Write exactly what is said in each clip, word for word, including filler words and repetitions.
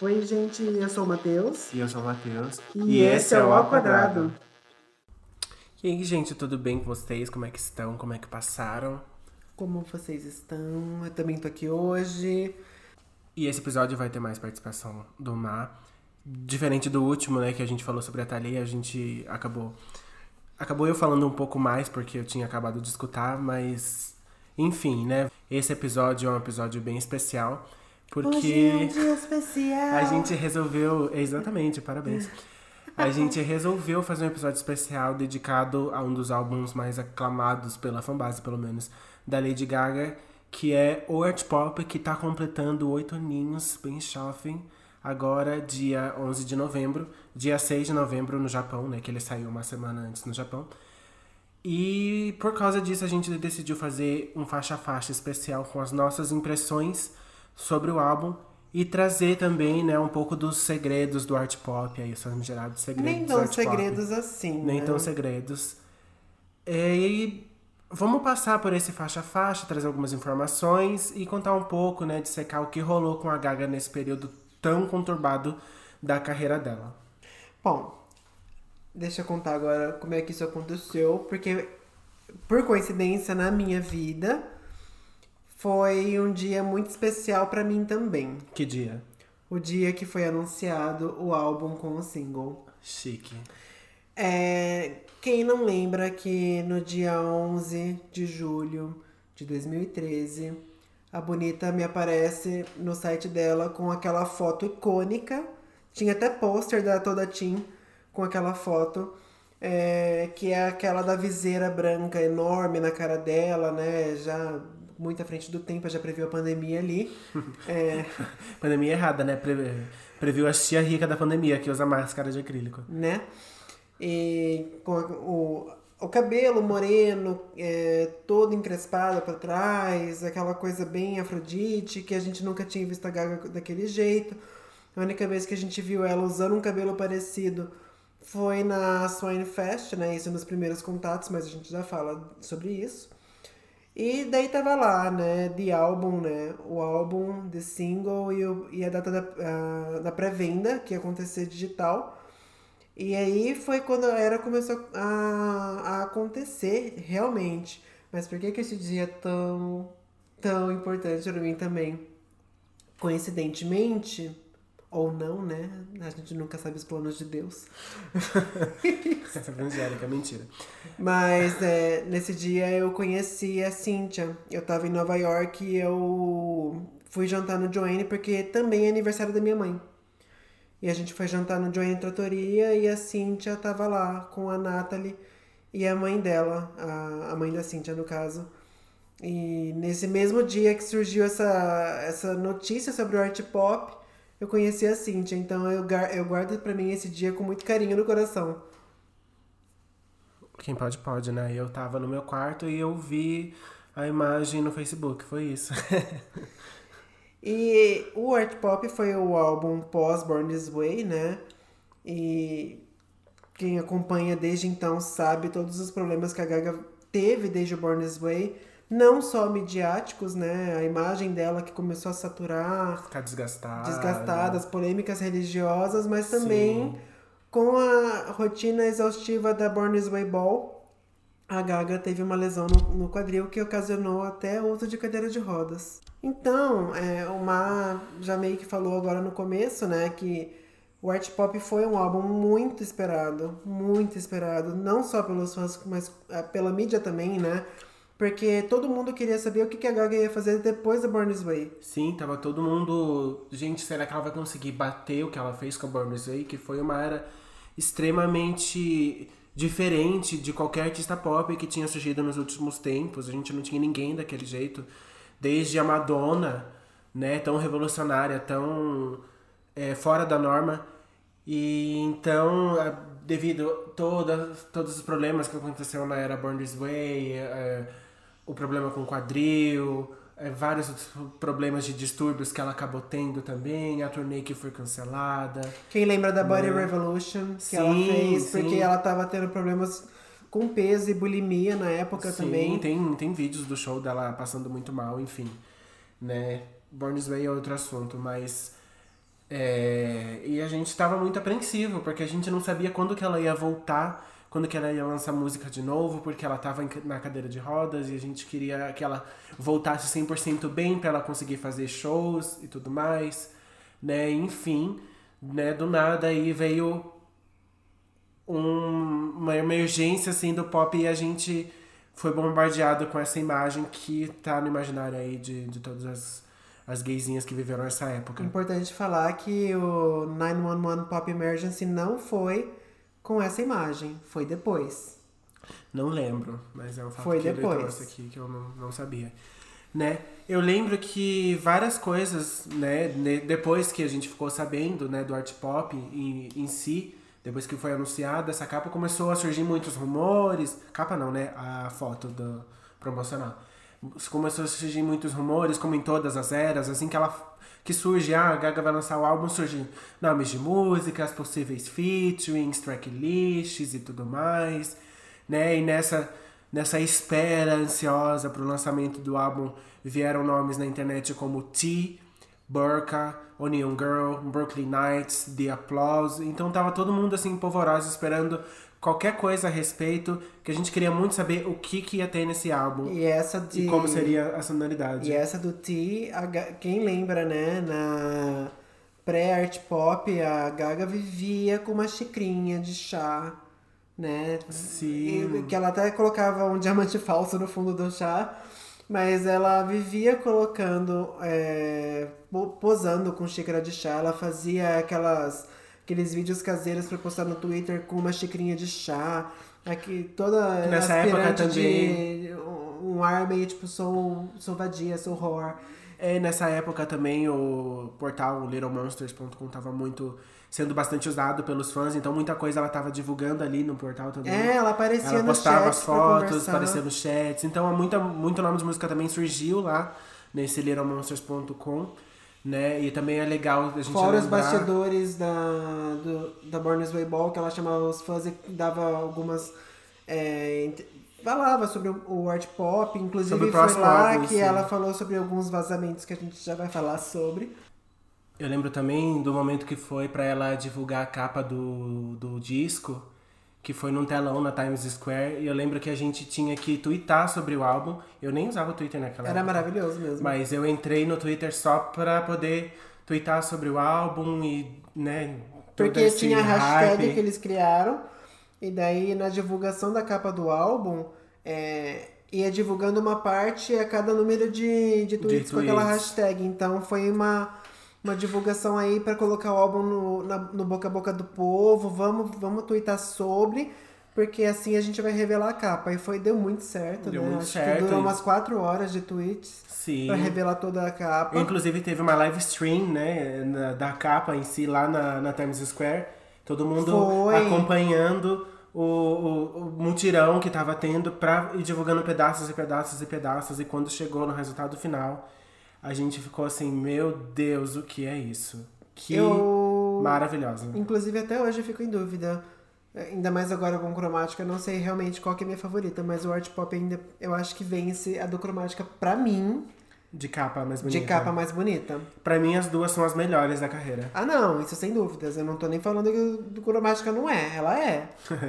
Oi, gente, eu sou o Matheus. E eu sou o Matheus. E, e esse é o Ao Quadrado. E aí, gente, tudo bem com vocês? Como é que estão? Como é que passaram? Como vocês estão? Eu também tô aqui hoje. E esse episódio vai ter mais participação do Mar. Diferente do último, né, que a gente falou sobre a Thalia, a gente acabou... Acabou eu falando um pouco mais, porque eu tinha acabado de escutar, mas... Enfim, né? Esse episódio é um episódio bem especial, porque... Hoje é um dia especial. A gente resolveu... Exatamente, parabéns. A gente resolveu fazer um episódio especial dedicado a um dos álbuns mais aclamados pela fanbase, pelo menos, da Lady Gaga, que é o Art Pop, que tá completando oito aninhos, bem jovem, agora dia onze de novembro, dia seis de novembro no Japão, né, que ele saiu uma semana antes no Japão. E por causa disso a gente decidiu fazer um faixa-faixa especial com as nossas impressões sobre o álbum e trazer também, né, um pouco dos segredos do art pop, aí, os famigerados segredos Nem do tão art segredos pop. assim, Nem né? tão segredos. É, e vamos passar por esse faixa-faixa, trazer algumas informações e contar um pouco, né, dissecar o que rolou com a Gaga nesse período tão conturbado da carreira dela. Bom, deixa eu contar agora como é que isso aconteceu, porque por coincidência na minha vida foi um dia muito especial pra mim também. Que dia? O dia que foi anunciado o álbum com o single. Chique. É, quem não lembra que no dia onze de julho de dois mil e treze, a Bonita me aparece no site dela com aquela foto icônica. Tinha até pôster da Toda Team com aquela foto, é, que é aquela da viseira branca enorme na cara dela, né? Já muito à frente do tempo, já previu a pandemia ali. É, Pandemia errada, né? Pre- Previu a tia rica da pandemia, que usa máscara de acrílico. né? E com o, o cabelo moreno, é, todo encrespado para trás, aquela coisa bem Afrodite, que a gente nunca tinha visto a Gaga daquele jeito. A única vez que a gente viu ela usando um cabelo parecido foi na Swine Fest, né? Isso nos primeiros contatos, mas a gente já fala sobre isso. E daí tava lá, né, The Album, né, o álbum, The Single e, o, e a data da, a, da pré-venda, que ia acontecer digital. E aí foi quando a era começou a, a acontecer, realmente. Mas por que que esse dia é tão, tão importante pra mim também? Coincidentemente, ou não, né, a gente nunca sabe os planos de Deus. Evangélica, mentira. Mas é, nesse dia eu conheci a Cynthia. Eu tava em Nova York e eu fui jantar no Joanne porque também é aniversário da minha mãe. E a gente foi jantar no Joanne Trattoria e a Cynthia tava lá com a Natalie e a mãe dela, a, a mãe da Cynthia no caso. E nesse mesmo dia que surgiu essa, essa notícia sobre o art pop, eu conheci a Cynthia. Então eu, gar- eu guardo pra mim esse dia com muito carinho no coração. Quem pode, pode, né? Eu tava no meu quarto e eu vi a imagem no Facebook, foi isso. E o Art Pop foi o álbum pós Born This Way, né? E quem acompanha desde então sabe todos os problemas que a Gaga teve desde o Born This Way. Não só midiáticos, né? A imagem dela que começou a saturar, Ficar desgastada. desgastada, as polêmicas religiosas, mas também Sim. com a rotina exaustiva da Born This Way Ball. A Gaga teve uma lesão no, no quadril que ocasionou até uso de cadeira de rodas. Então, é, o Mar já meio que falou agora no começo, né, que o Art Pop foi um álbum muito esperado, muito esperado, não só pelos fãs, mas é, pela mídia também, né, porque todo mundo queria saber o que que a Gaga ia fazer depois da Born This Way. Sim, tava todo mundo... Gente, será que ela vai conseguir bater o que ela fez com a Born This Way? Que foi uma era extremamente diferente de qualquer artista pop que tinha surgido nos últimos tempos. A gente não tinha ninguém daquele jeito. Desde a Madonna, né? Tão revolucionária, tão é, fora da norma. E então, a- devido a toda, todos os problemas que aconteceram na era Born This Way, é, o problema com o quadril, é, vários outros problemas de distúrbios que ela acabou tendo também, a turnê que foi cancelada. Quem lembra da Body Né? Revolution que Sim, ela fez, sim. porque ela tava tendo problemas com peso e bulimia na época Sim, também. tem, tem vídeos do show dela passando muito mal, enfim, né? Born This Way é outro assunto, mas É, e a gente tava muito apreensivo, porque a gente não sabia quando que ela ia voltar, quando que ela ia lançar música de novo, porque ela tava na cadeira de rodas e a gente queria que ela voltasse cem por cento bem pra ela conseguir fazer shows e tudo mais, né? Enfim, né? Do nada aí veio um, uma emergência assim do pop e a gente foi bombardeado com essa imagem que tá no imaginário aí de, de todas as as gaysinhas que viveram essa época. Importante falar que o nove um um Pop Emergency não foi com essa imagem, foi depois. Não lembro, mas é um fato foi que depois. ele trouxe aqui que eu não, não sabia. Né? Eu lembro que várias coisas, né, depois que a gente ficou sabendo, né, do art pop em, em si, depois que foi anunciada essa capa, começou a surgir muitos rumores, capa não, né, a foto do promocional. Começou a surgir muitos rumores, como em todas as eras, assim que ela que surge, ah, a Gaga vai lançar o álbum, surgem nomes de músicas, possíveis featurings, tracklists e tudo mais, né? E nessa, nessa espera ansiosa pro lançamento do álbum, vieram nomes na internet como T, Burka, Onion Girl, Brooklyn Nights, The Applause. Então tava todo mundo assim, polvoroso, esperando qualquer coisa a respeito, que a gente queria muito saber o que, que ia ter nesse álbum. E essa de... E como seria a sonoridade. E essa do T, a Ga... quem lembra, né, na pré-art pop, a Gaga vivia com uma xicrinha de chá, né? Sim. E, que ela até colocava um diamante falso no fundo do chá, mas ela vivia colocando, é, posando com xícara de chá, ela fazia aquelas... aqueles vídeos caseiros pra postar no Twitter com uma xicrinha de chá. Aqui, toda nessa época também de um ar meio tipo, sou, sou vadia, sou horror. É, nessa época também o portal little monsters ponto com tava muito sendo bastante usado pelos fãs, então muita coisa ela tava divulgando ali no portal também. É, ela aparecia ela no postava chat as fotos, aparecia nos chats, então muita, muito nome de música também surgiu lá nesse little monsters ponto com. Né? E também é legal a gente Fora lembrar... os bastidores da, do, da Born This Way Ball, que ela chamava os fãs e dava algumas... É, falava sobre o, o art pop, inclusive foi lá álbum, que sim. Ela falou sobre alguns vazamentos que a gente já vai falar sobre. Eu lembro também do momento que foi pra ela divulgar a capa do, do disco, que foi num telão na Times Square, e eu lembro que a gente tinha que twittar sobre o álbum. Eu nem usava o Twitter naquela Era época. Era maravilhoso mesmo. Mas eu entrei no Twitter só pra poder twittar sobre o álbum e, né... Porque tinha a hashtag que eles criaram, e daí na divulgação da capa do álbum, é, ia divulgando uma parte a cada número de, de, tweets, de tweets com aquela hashtag. Então foi uma... uma divulgação aí pra colocar o álbum no, na, no boca a boca do povo, vamos, vamos twittar sobre, porque assim a gente vai revelar a capa. E foi, deu muito certo, deu né? Muito Acho certo. que durou umas quatro horas de tweets. Sim. Pra revelar toda a capa. Inclusive teve uma live stream, né, na, da capa em si, lá na, na Times Square. Todo mundo foi. acompanhando o, o, o mutirão que tava tendo pra ir divulgando pedaços e pedaços e pedaços. E quando chegou no resultado final, a gente ficou assim, meu Deus, o que é isso? Que eu... maravilhosa. Inclusive, até hoje eu fico em dúvida. Ainda mais agora com cromática, eu não sei realmente qual que é a minha favorita, mas o art pop ainda, eu acho que vence a do cromática pra mim. De capa mais bonita. De capa mais bonita. Pra mim, as duas são as melhores da carreira. Ah, não, isso sem dúvidas. Eu não tô nem falando que do cromática não é, ela é.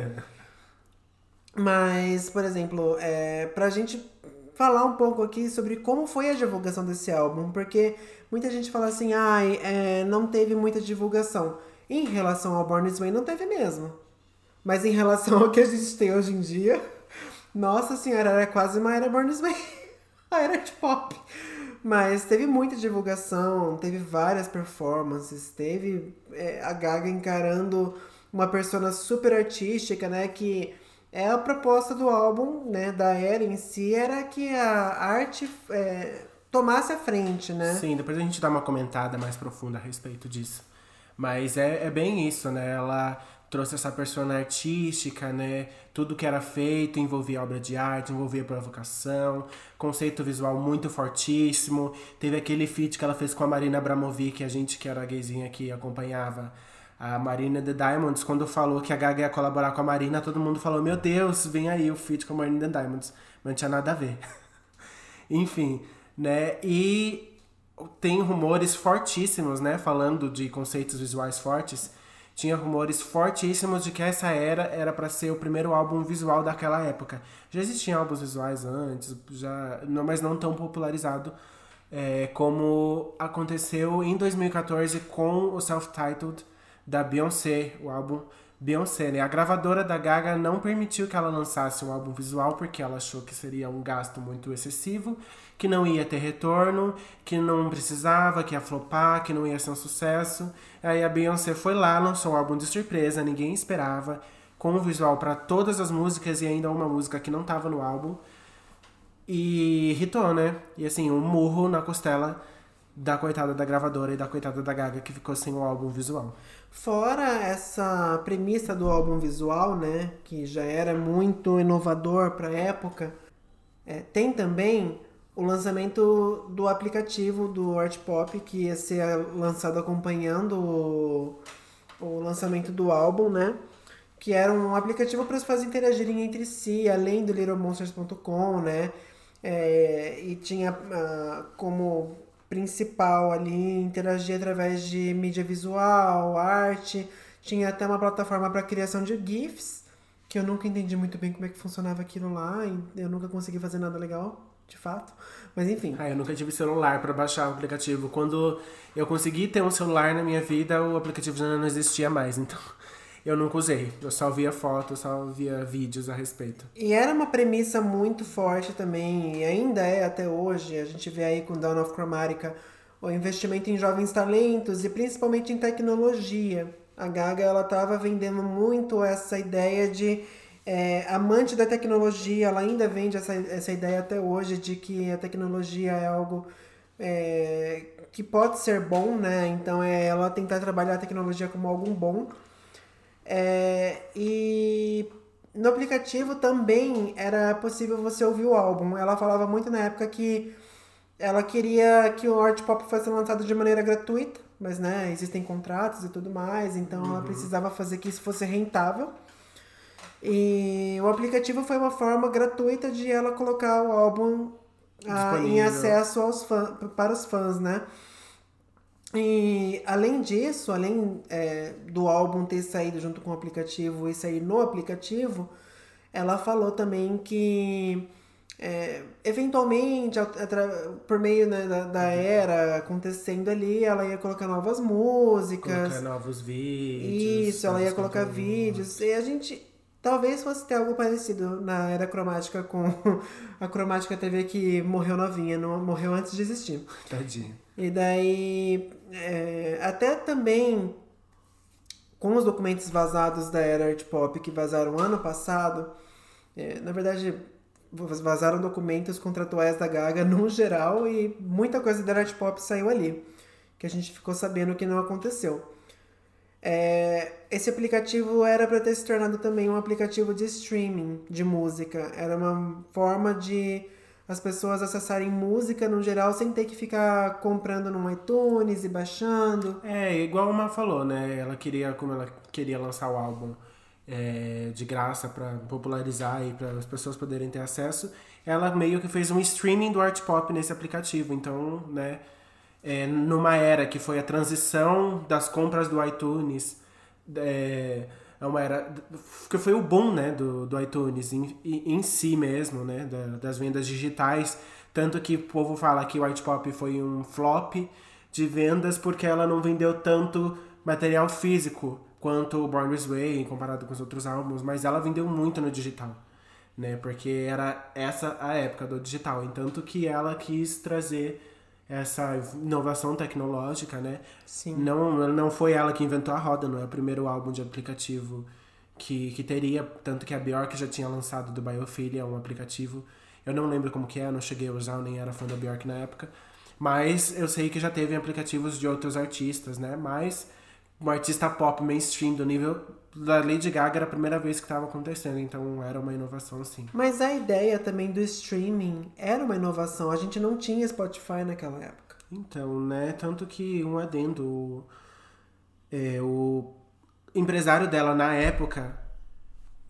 Mas, por exemplo, é, pra gente falar um pouco aqui sobre como foi a divulgação desse álbum, porque muita gente fala assim, ai, ah, é, não teve muita divulgação. Em relação ao Born This Way, não teve mesmo. Mas em relação ao que a gente tem hoje em dia, nossa senhora, era quase uma era Born This Way, a era de pop. Mas teve muita divulgação, teve várias performances, teve é, a Gaga encarando uma persona super artística, né, que é a proposta do álbum, né, da era em si, era que a arte é, tomasse a frente, né? Sim, depois a gente dá uma comentada mais profunda a respeito disso. Mas é, é bem isso, né, ela trouxe essa persona artística, né, tudo que era feito envolvia obra de arte, envolvia provocação, conceito visual muito fortíssimo. Teve aquele feat que ela fez com a Marina Abramovic, a gente que era a gayzinha que acompanhava a Marina The Diamonds, quando falou que a Gaga ia colaborar com a Marina, todo mundo falou, meu Deus, vem aí o feat com a Marina The Diamonds. Mas não tinha nada a ver. Enfim, né, e tem rumores fortíssimos, né? Falando de conceitos visuais fortes, tinha rumores fortíssimos de que essa era era para ser o primeiro álbum visual daquela época. Já existiam álbuns visuais antes, já, não, mas não tão popularizado é, como aconteceu em dois mil e quatorze com o Self-Titled da Beyoncé, o álbum Beyoncé, né? A gravadora da Gaga não permitiu que ela lançasse um álbum visual porque ela achou que seria um gasto muito excessivo, que não ia ter retorno, que não precisava, que ia flopar, que não ia ser um sucesso. Aí a Beyoncé foi lá, lançou um álbum de surpresa, ninguém esperava, com um visual para todas as músicas e ainda uma música que não estava no álbum. E hitou, né? E assim, um murro na costela da coitada da gravadora e da coitada da Gaga que ficou sem o álbum visual. Fora essa premissa do álbum visual, né, que já era muito inovador para a época, é, tem também o lançamento do aplicativo do Art Pop, que ia ser lançado acompanhando o, o lançamento do álbum, né? Que era um aplicativo para os fãs interagirem entre si, além do little monsters ponto com, né? É, e tinha uh, como principal ali interagir através de mídia visual, arte. Tinha até uma plataforma para criação de GIFs, que eu nunca entendi muito bem como é que funcionava aquilo lá, e eu nunca consegui fazer nada legal, de fato. Mas enfim. Ah, eu nunca tive celular para baixar o aplicativo. Quando eu consegui ter um celular na minha vida, o aplicativo já não existia mais, então eu nunca usei. Eu só via fotos, só via vídeos a respeito. E era uma premissa muito forte também, e ainda é até hoje. A gente vê aí com Dawn of Chromatica o investimento em jovens talentos e principalmente em tecnologia. A Gaga, ela estava vendendo muito essa ideia de é, amante da tecnologia. Ela ainda vende essa, essa ideia até hoje de que a tecnologia é algo é, que pode ser bom, né? Então é ela tentar trabalhar a tecnologia como algo bom. É, e no aplicativo também era possível você ouvir o álbum. Ela falava muito na época que ela queria que o Art Pop fosse lançado de maneira gratuita, mas né, existem contratos e tudo mais, então uhum. ela precisava fazer que isso fosse rentável. E o aplicativo foi uma forma gratuita de ela colocar o álbum ah, em acesso aos fãs, para os fãs, né? E além disso, além é, do álbum ter saído junto com o aplicativo e sair no aplicativo, ela falou também que é, eventualmente, por meio né, da, da era acontecendo ali, ela ia colocar novas músicas. Colocar novos vídeos. Isso, ela ia colocar vídeos. E a gente talvez fosse ter algo parecido na era cromática com a Cromática T V que morreu novinha, não, morreu antes de existir. Tadinho. E daí, é, até também com os documentos vazados da era Art Pop, que vazaram ano passado, é, na verdade, vazaram documentos contratuais da Gaga no geral e muita coisa da Art Pop saiu ali, que a gente ficou sabendo que não aconteceu. É, esse aplicativo era para ter se tornado também um aplicativo de streaming de música. Era uma forma de as pessoas acessarem música no geral sem ter que ficar comprando no iTunes e baixando. É, igual a Má falou, né? Ela queria, como ela queria lançar o álbum é, de graça para popularizar e para as pessoas poderem ter acesso, ela meio que fez um streaming do Art Pop nesse aplicativo. Então, né, é, numa era que foi a transição das compras do iTunes, é, é uma era que foi o boom, né, do, do iTunes em, em si mesmo, né, da, das vendas digitais, tanto que o povo fala que o Art Pop foi um flop de vendas porque ela não vendeu tanto material físico quanto o Born This Way comparado com os outros álbuns, mas ela vendeu muito no digital, né, porque era essa a época do digital, e tanto que ela quis trazer essa inovação tecnológica, né? Sim. Não, não foi ela que inventou a roda, não é o primeiro álbum de aplicativo que, que teria, tanto que a Bjork já tinha lançado do Biophilia, um aplicativo, eu não lembro como que é, não cheguei a usar, eu nem era fã da Bjork na época, mas eu sei que já teve aplicativos de outros artistas, né? Mas um artista pop mainstream do nível da Lady Gaga era a primeira vez que estava acontecendo, então era uma inovação, sim. Mas a ideia também do streaming era uma inovação, a gente não tinha Spotify naquela época. Então, né, tanto que um adendo, o, é, o empresário dela na época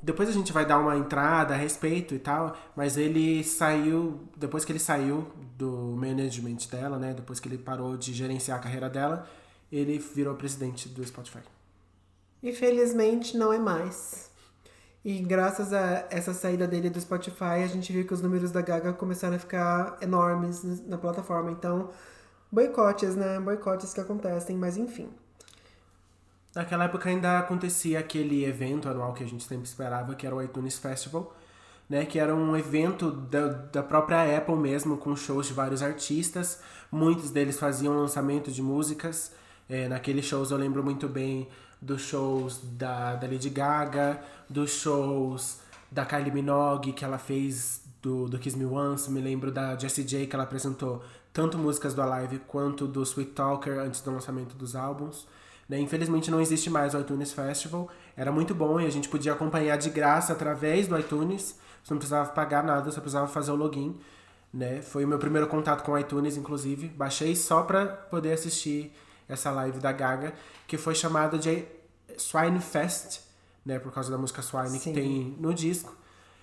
Depois a gente vai dar uma entrada a respeito e tal, mas ele saiu, depois que ele saiu do management dela, né, depois que ele parou de gerenciar a carreira dela, ele virou presidente do Spotify. Infelizmente não é mais. E graças a essa saída dele do Spotify, a gente viu que os números da Gaga começaram a ficar enormes na plataforma. Então, boicotes, né? Boicotes que acontecem, mas enfim. Naquela época ainda acontecia aquele evento anual que a gente sempre esperava, que era o iTunes Festival, né? Que era um evento da, da própria Apple mesmo, com shows de vários artistas. Muitos deles faziam lançamento de músicas. É, naqueles shows eu lembro muito bem dos shows da, da Lady Gaga, dos shows da Kylie Minogue, que ela fez do, do Kiss Me Once. Me lembro da Jessie J, que ela apresentou tanto músicas do Alive quanto do Sweet Talker antes do lançamento dos álbuns. Né? Infelizmente não existe mais o iTunes Festival. Era muito bom e a gente podia acompanhar de graça através do iTunes. Você não precisava pagar nada, só precisava fazer o login. Né? Foi o meu primeiro contato com o iTunes, inclusive. Baixei só pra poder assistir essa live da Gaga, que foi chamada de Swine Fest, né? Por causa da música Swine Sim. que tem no disco.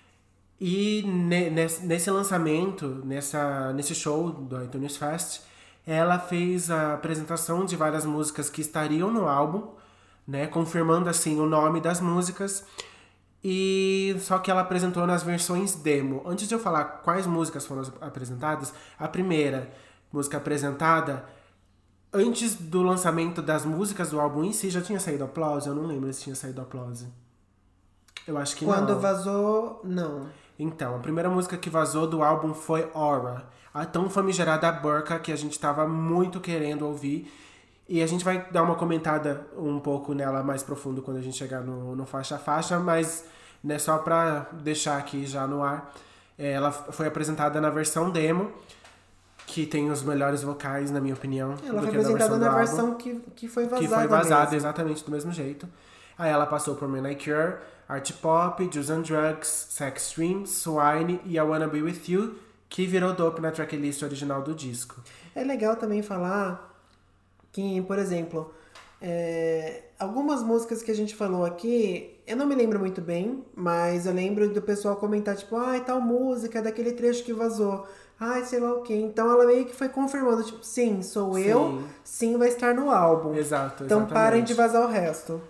E ne- nesse, nesse lançamento, nessa, nesse show do iTunes Fest, ela fez a apresentação de várias músicas que estariam no álbum, né, confirmando assim o nome das músicas, e só que ela apresentou nas versões demo. Antes de eu falar quais músicas foram apresentadas, a primeira música apresentada, antes do lançamento das músicas do álbum em si, já tinha saído Applause? Eu não lembro se tinha saído Applause. Eu acho que Quando não. Quando vazou, não. Então, a primeira música que vazou do álbum foi Aura, a tão famigerada Burka, que a gente tava muito querendo ouvir. E a gente vai dar uma comentada um pouco nela mais profundo quando a gente chegar no, no faixa a faixa, mas né, só pra deixar aqui já no ar, ela foi apresentada na versão demo, que tem os melhores vocais, na minha opinião. Ela foi apresentada na versão que, que foi vazada Que foi vazada mesmo. Exatamente do mesmo jeito. Aí ela passou por Man I Cure, Art Pop, Juice and Drugs, Sex Dream, Swine e I Wanna Be With You, que virou dope na tracklist original do disco. É legal também falar que, por exemplo, é, algumas músicas que a gente falou aqui, eu não me lembro muito bem, mas eu lembro do pessoal comentar, tipo, ai, tal música, daquele trecho que vazou. Ai, sei lá o quê. Então ela meio que foi confirmando, tipo, sim, sou sim. eu, sim, vai estar no álbum. Exato, então exatamente. parem de vazar o resto.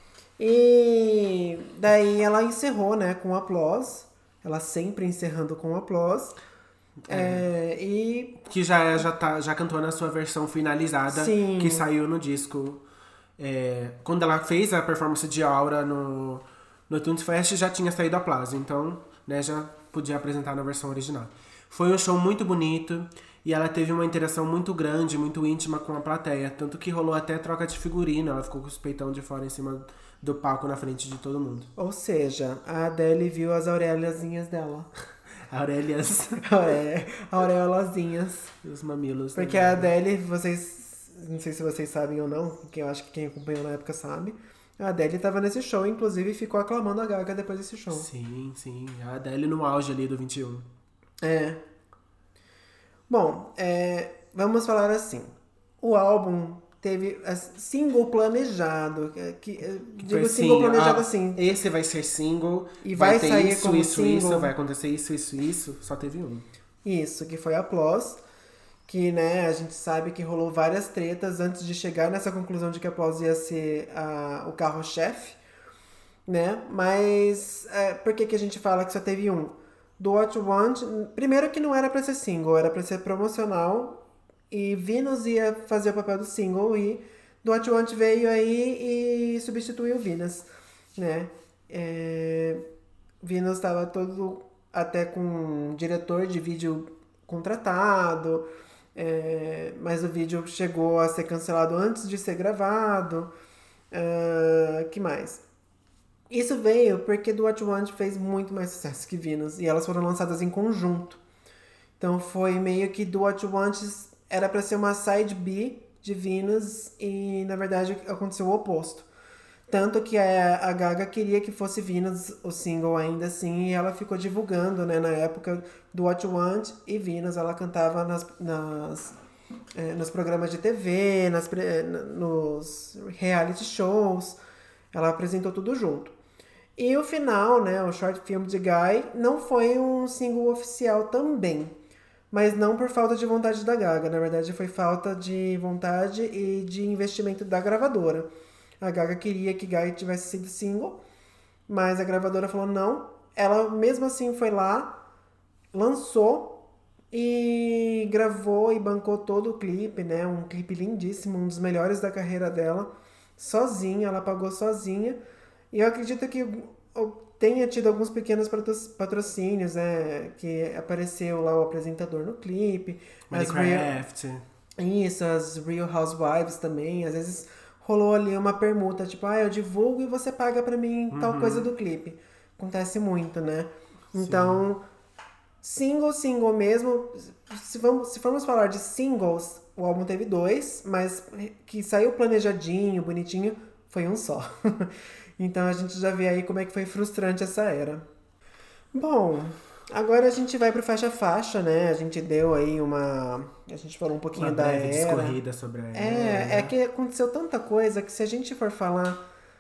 E daí ela encerrou, né, com Applause. Ela sempre encerrando com Applause. É. É, e... Que já, já, tá, já cantou na sua versão finalizada, sim. que saiu no disco. É, quando ela fez a performance de Aura no, no iTunes Fest, já tinha saído Applause. Então, né, já podia apresentar na versão original. Foi um show muito bonito e ela teve uma interação muito grande, muito íntima com a plateia. Tanto que rolou até troca de figurino. Ela ficou com os peitão de fora em cima do palco na frente de todo mundo. Ou seja, a Adele viu as auréliazinhas dela. Aurélias. É, auréolazinhas. Os mamilos. Porque a Adele, vocês... Não sei se vocês sabem ou não, que eu acho que quem acompanhou na época sabe. A Adele estava nesse show, inclusive ficou aclamando a Gaga depois desse show. Sim, sim. A Adele no auge ali do vinte e um. É. Bom, é, vamos falar assim. O álbum teve single planejado. Que, que digo single sim, planejado ah, assim. Esse vai ser single. E vai, vai ter sair isso, como isso, single. Isso, vai acontecer isso, isso, isso. Só teve um. Isso, que foi Applause. Que, né, a gente sabe que rolou várias tretas antes de chegar nessa conclusão de que Applause ia ser a, o carro-chefe. Né? Mas é, por que, que a gente fala que só teve um? Do What You Want, primeiro que não era pra ser single, era pra ser promocional. E Venus ia fazer o papel do single e Do What You Want veio aí e substituiu Venus, né? É, Venus estava todo até com um diretor de vídeo contratado, é, mas o vídeo chegou a ser cancelado antes de ser gravado. Uh, que mais? Isso veio porque Do What You Want fez muito mais sucesso que Venus e elas foram lançadas em conjunto. Então foi meio que Do What You Want era para ser uma side B de Venus e na verdade aconteceu o oposto. Tanto que a, a Gaga queria que fosse Venus o single ainda assim e ela ficou divulgando, né, na época Do What You Want e Venus. Ela cantava nas, nas, é, nos programas de T V, nas, nos reality shows. Ela apresentou tudo junto. E o final, né, o short film de Guy, não foi um single oficial também. Mas não por falta de vontade da Gaga. Na verdade, foi falta de vontade e de investimento da gravadora. A Gaga queria que Guy tivesse sido single, mas a gravadora falou não. Ela, mesmo assim, foi lá, lançou e gravou e bancou todo o clipe, né? Um clipe lindíssimo, um dos melhores da carreira dela. Sozinha, ela pagou sozinha. E eu acredito que tenha tido alguns pequenos patrocínios, né? Que apareceu lá o apresentador no clipe. Minecraft. Real... Isso, as Real Housewives também. Às vezes rolou ali uma permuta, tipo, ah, eu divulgo e você paga pra mim uhum. tal coisa do clipe. Acontece muito, né? Sim. Então, single, single mesmo. Se, vamos, se formos falar de singles, o álbum teve dois, mas que saiu planejadinho, bonitinho, foi um só. Então a gente já vê aí como é que foi frustrante essa era. Bom, agora a gente vai pro faixa faixa, né? A gente deu aí uma... A gente falou um pouquinho uma da breve era. discorrida sobre a era. É, é que aconteceu tanta coisa que se a gente for falar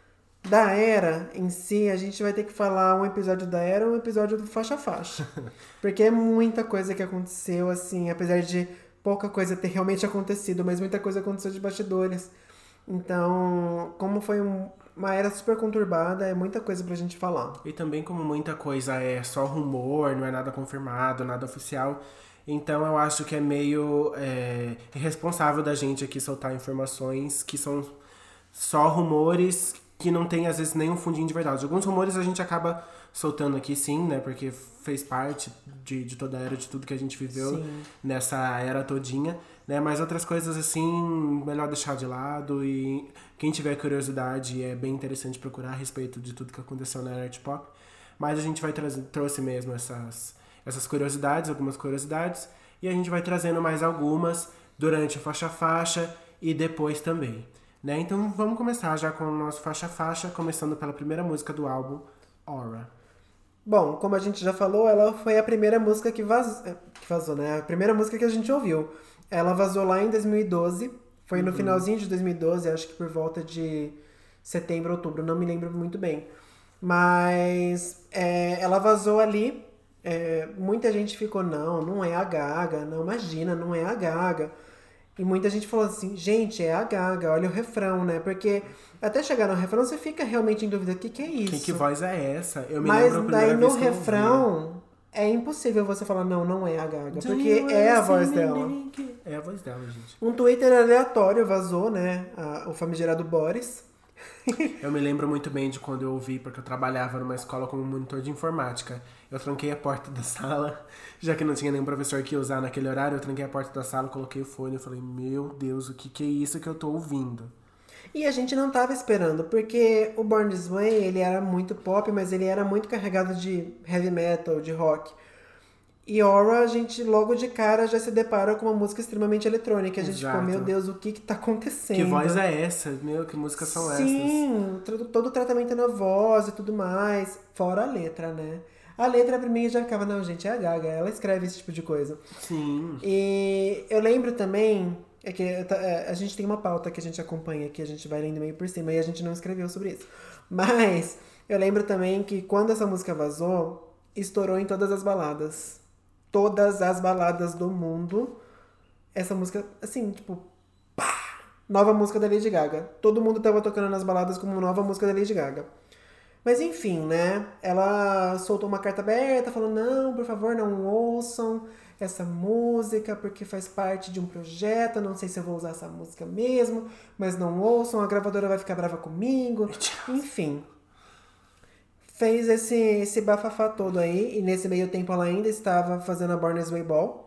da era em si, a gente vai ter que falar um episódio da era ou um episódio do faixa faixa. Porque é muita coisa que aconteceu, assim, apesar de pouca coisa ter realmente acontecido, mas muita coisa aconteceu de bastidores. Então, como foi um... uma era super conturbada, é muita coisa pra gente falar. E também como muita coisa é só rumor, não é nada confirmado, nada oficial. Então eu acho que é meio é, irresponsável da gente aqui soltar informações que são só rumores, que não tem às vezes nenhum fundinho de verdade. Alguns rumores a gente acaba soltando aqui sim, né? Porque fez parte de, de toda a era, de tudo que a gente viveu sim. nessa era todinha. Né? Mas outras coisas assim, melhor deixar de lado. E quem tiver curiosidade, é bem interessante procurar a respeito de tudo que aconteceu na era art pop. Mas a gente vai trazer, trouxe mesmo essas, essas curiosidades, algumas curiosidades. E a gente vai trazendo mais algumas durante a faixa-faixa e depois também. Né? Então vamos começar já com o nosso faixa-faixa, começando pela primeira música do álbum, Aura. Bom, como a gente já falou, ela foi a primeira música que vazou, que vazou, né? A primeira música que a gente ouviu. Ela vazou lá em dois mil e doze, foi no uhum. finalzinho de dois mil e doze, acho que por volta de setembro, outubro, não me lembro muito bem. Mas é, ela vazou ali, é, muita gente ficou, não, não é a Gaga, não, imagina, não é a Gaga. E muita gente falou assim, gente, é a Gaga, olha o refrão, né? Porque até chegar no refrão você fica realmente em dúvida, o que, que é isso? Que, que voz é essa? Eu me Mas lembro a daí no vez que refrão... É impossível você falar, não, não é a Gaga. Porque é a voz dela. É a voz dela, gente. Um Twitter aleatório vazou, né? A, o famigerado Boris. Eu me lembro muito bem de quando eu ouvi, porque eu trabalhava numa escola como monitor de informática. Eu tranquei a porta da sala, já que não tinha nenhum professor que ia usar naquele horário, eu tranquei a porta da sala, coloquei o fone e falei, meu Deus, o que, que é isso que eu tô ouvindo? E a gente não tava esperando, porque o Born This Way, ele era muito pop, mas ele era muito carregado de heavy metal, de rock. E Aura, a gente logo de cara já se depara com uma música extremamente eletrônica. A gente Exato. ficou, meu Deus, o que que tá acontecendo? Que voz é essa? Meu, que músicas são essas? Sim, todo o tratamento na voz e tudo mais. Fora a letra, né? A letra pra mim já ficava, não, gente, é a Gaga, ela escreve esse tipo de coisa. Sim. E eu lembro também... É que a gente tem uma pauta que a gente acompanha, que a gente vai lendo meio por cima, e a gente não escreveu sobre isso. Mas eu lembro também que quando essa música vazou, estourou em todas as baladas. Todas as baladas do mundo. Essa música, assim, tipo, pá! Nova música da Lady Gaga. Todo mundo tava tocando nas baladas como nova música da Lady Gaga. Mas enfim, né? Ela soltou uma carta aberta, falou, não, por favor, não ouçam essa música, porque faz parte de um projeto, não sei se eu vou usar essa música mesmo, mas não ouçam, a gravadora vai ficar brava comigo. Enfim. Fez esse, esse bafafá todo aí, e nesse meio tempo ela ainda estava fazendo a Born This Way Ball.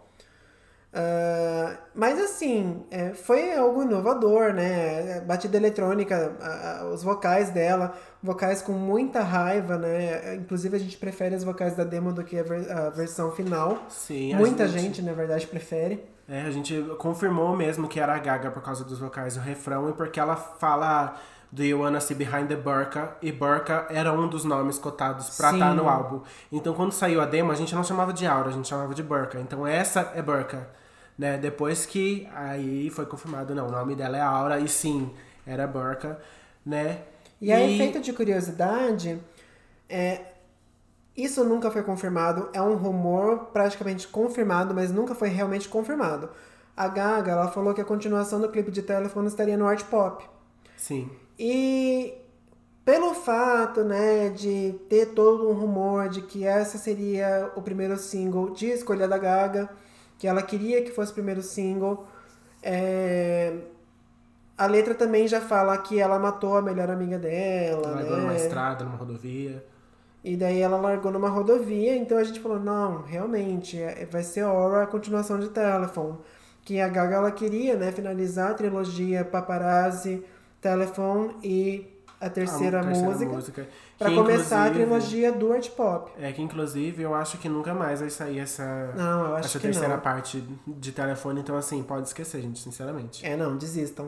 Uh, mas assim, é, foi algo inovador, né? Batida eletrônica, a, a, os vocais dela, vocais com muita raiva, né? Inclusive a gente prefere as vocais da demo do que a, ver, a versão final. Sim, muita gente, gente, na verdade, prefere. É, a gente confirmou mesmo que era a Gaga por causa dos vocais do refrão e porque ela fala do You Wanna See Behind the Burqa, e Burqa era um dos nomes cotados pra estar no álbum. Então quando saiu a demo, a gente não chamava de Aura, a gente chamava de Burqa. Então essa é Burqa. Né? Depois que aí foi confirmado, não, o nome dela é Aura, e sim, era Burqa, né? E, e... a efeito de curiosidade, Isso nunca foi confirmado, é um rumor praticamente confirmado, mas nunca foi realmente confirmado. A Gaga, ela falou que a continuação do clipe de Telephone estaria no Art Pop. Sim. E pelo fato, né, de ter todo um rumor de que essa seria o primeiro single de escolha da Gaga, que ela queria que fosse o primeiro single, é... a letra também já fala que ela matou a melhor amiga dela, Ela né? largou numa estrada, numa rodovia. E daí ela largou numa rodovia, então a gente falou, não, realmente, vai ser Aura a continuação de Telephone. Que a Gaga, ela queria, né, finalizar a trilogia Paparazzi, Telephone e a terceira, a terceira música, música para começar a trilogia do Art Pop. É que, inclusive, eu acho que nunca mais vai sair essa, não, eu acho essa que terceira não. parte de Telefone, então, assim, pode esquecer, gente, sinceramente. É, não, desistam.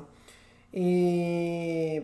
E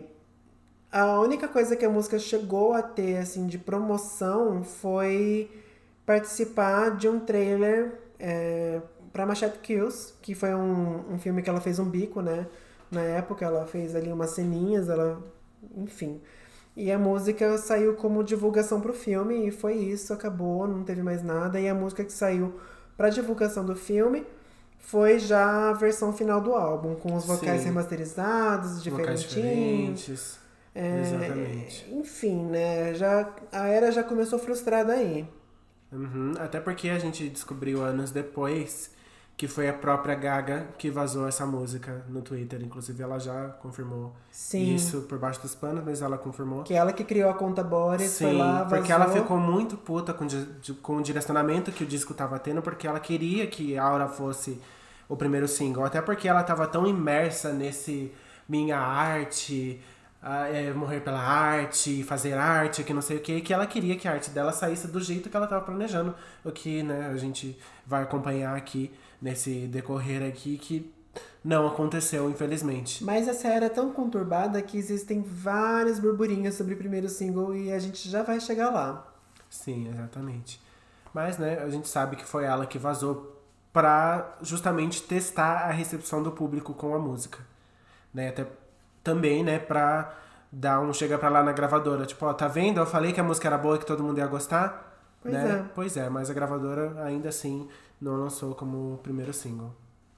a única coisa que a música chegou a ter, assim, de promoção foi participar de um trailer é, pra Machete Kills, que foi um, um filme que ela fez um bico, né? Na época ela fez ali umas ceninhas, ela... enfim. E a música saiu como divulgação pro filme e foi isso, acabou, não teve mais nada. E a música que saiu pra divulgação do filme foi já a versão final do álbum, com os vocais Sim. remasterizados, Vocais diferentinhos. diferentes. É, Exatamente. Enfim, né? Já, a era já começou frustrada aí. Uhum. Até porque a gente descobriu anos depois que foi a própria Gaga que vazou essa música no Twitter. Inclusive, ela já confirmou Sim. isso por baixo dos panos, mas ela confirmou. Que ela que criou a conta Boris, Sim, foi lá, vazou. porque ela ficou muito puta com, di- com o direcionamento que o disco tava tendo, porque ela queria que Aura fosse o primeiro single. Até porque ela tava tão imersa nesse minha arte, ah, é, morrer pela arte, fazer arte, que não sei o que, que ela queria que a arte dela saísse do jeito que ela tava planejando. O que, né, a gente vai acompanhar aqui nesse decorrer aqui, que não aconteceu, infelizmente. Mas essa era tão conturbada que existem vários burburinhos sobre o primeiro single e a gente já vai chegar lá. Sim, exatamente. Mas, né, a gente sabe que foi ela que vazou pra justamente testar a recepção do público com a música. Né, até também, né, pra dar um chega pra lá na gravadora. Tipo, ó, tá vendo? Eu falei que a música era boa e que todo mundo ia gostar. Pois né? é. Pois é, mas a gravadora ainda assim não lançou como primeiro single.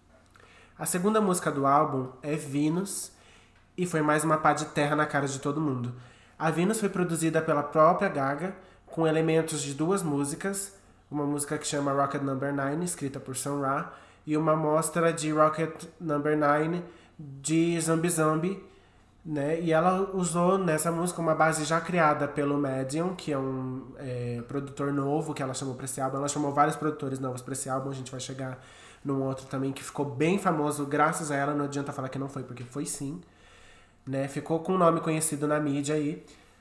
A segunda música do álbum é Venus e foi mais uma pá de terra na cara de todo mundo. A Venus foi produzida pela própria Gaga, com elementos de duas músicas, uma música que chama Rocket Number nine, escrita por Sun Ra, e uma amostra de Rocket Number nine de Zombie Zombie, né? E ela usou nessa música uma base já criada pelo Medium, que é um é, produtor novo que ela chamou pra esse álbum. Ela chamou vários produtores novos pra esse álbum, a gente vai chegar num outro também que ficou bem famoso graças a ela, não adianta falar que não foi, porque foi sim. Né? Ficou com um nome conhecido na mídia aí.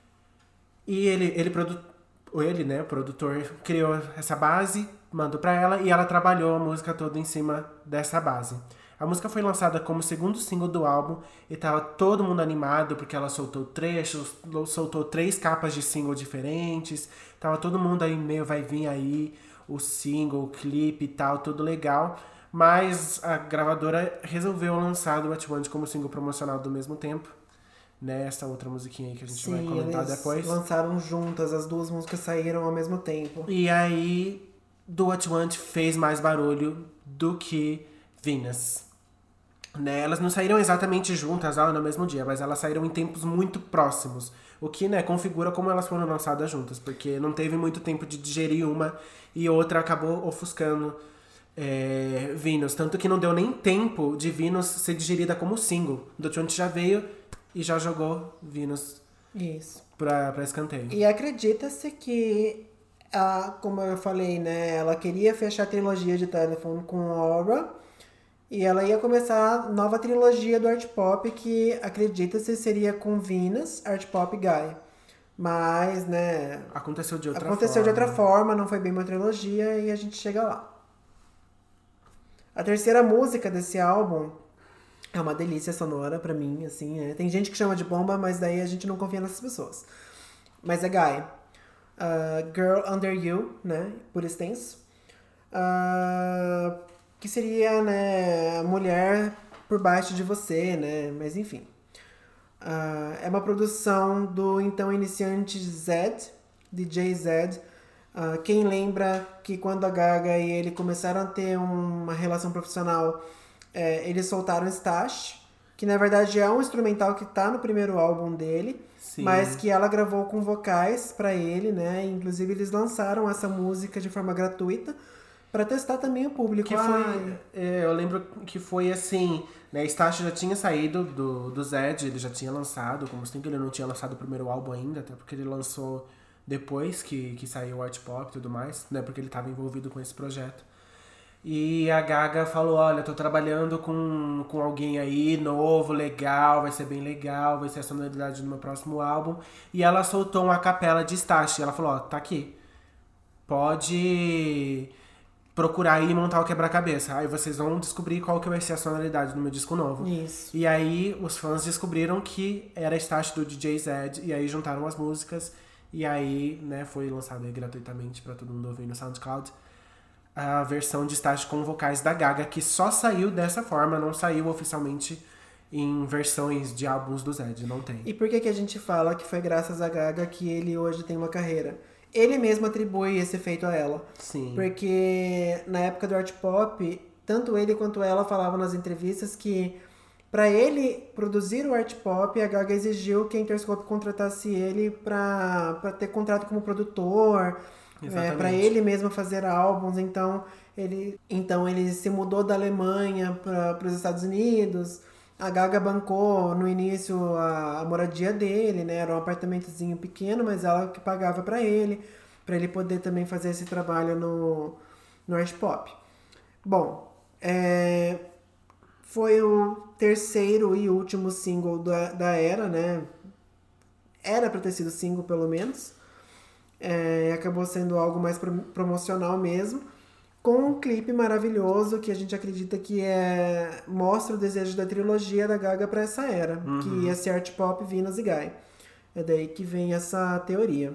E ele, ele, produ... ele né, o produtor, criou essa base, mandou pra ela e ela trabalhou a música toda em cima dessa base. A música foi lançada como segundo single do álbum e tava todo mundo animado porque ela soltou trechos, soltou três capas de single diferentes, tava todo mundo aí meio vai vir aí o single, o clipe e tal, tudo legal. Mas a gravadora resolveu lançar do What Want como single promocional do mesmo tempo. Né, essa outra musiquinha aí que a gente Sim, vai comentar eles depois. lançaram juntas, as duas músicas saíram ao mesmo tempo. E aí, Do What Want fez mais barulho do que Venus. Né, elas não saíram exatamente juntas ah, no mesmo dia, mas elas saíram em tempos muito próximos. O que, né, configura como elas foram lançadas juntas, porque não teve muito tempo de digerir uma e outra acabou ofuscando é, Venus. Tanto que não deu nem tempo de Venus ser digerida como single. Do What Want já veio e já jogou Venus Isso. pra, pra escanteio. E acredita-se que, a, como eu falei, né, ela queria fechar a trilogia de Telephone com Aura e ela ia começar a nova trilogia do Art Pop que acredita-se seria com Venus, Art Pop e Guy. Mas, né... Aconteceu de outra aconteceu forma. de outra forma, não foi bem uma trilogia e a gente chega lá. A terceira música desse álbum é uma delícia sonora pra mim, assim. É. Tem gente que chama de bomba, mas daí a gente não confia nessas pessoas. Mas é Guy. Uh, Girl Under You, né? Por extenso. Uh, que seria, né? Mulher por baixo de você, né? Mas enfim. Uh, é uma produção do então iniciante Zed, D J Zed. Uh, quem lembra que quando a Gaga e ele começaram a ter uma relação profissional, é, eles soltaram Stash, que na verdade é um instrumental que tá no primeiro álbum dele, Sim. mas que ela gravou com vocais pra ele, né? Inclusive eles lançaram essa música de forma gratuita pra testar também o público. Que foi, é, eu lembro que foi assim, né? Stash já tinha saído do, do Zed, ele já tinha lançado, como assim que ele não tinha lançado o primeiro álbum ainda, até porque ele lançou depois que, que saiu o Art Pop e tudo mais, né? Porque ele estava envolvido com esse projeto. E a Gaga falou, olha, tô trabalhando com, com alguém aí novo, legal, vai ser bem legal, vai ser a sonoridade do meu próximo álbum. E ela soltou uma capela de Stash. Ela falou, ó, tá aqui. Pode procurar aí e montar o quebra-cabeça. Aí vocês vão descobrir qual que vai ser a sonoridade do meu disco novo. Isso. E aí os fãs descobriram que era Stash do D J Zed, e aí juntaram as músicas. E aí, né, foi lançado aí gratuitamente pra todo mundo ouvir no SoundCloud a versão de Stash com vocais da Gaga, que só saiu dessa forma, não saiu oficialmente em versões de álbuns do Zed, não tem. E por que que a gente fala que foi graças a Gaga que ele hoje tem uma carreira? Ele mesmo atribui esse feito a ela. Sim. Porque na época do Art Pop, tanto ele quanto ela falavam nas entrevistas que para ele produzir o Art Pop, a Gaga exigiu que a Interscope contratasse ele para ter contrato como produtor, é, para ele mesmo fazer álbuns. Então ele, então ele se mudou da Alemanha para os Estados Unidos. A Gaga bancou no início a, a moradia dele, né? Era um apartamentozinho pequeno, mas ela que pagava para ele, para ele poder também fazer esse trabalho no, no Art Pop. Bom, é... foi o terceiro e último single da, da era, né? Era pra ter sido single, pelo menos. É, acabou sendo algo mais pro, promocional mesmo. Com um clipe maravilhoso que a gente acredita que é, mostra o desejo da trilogia da Gaga pra essa era. Uhum. Que ia ser Art Pop, Venus e Guy. É daí que vem essa teoria.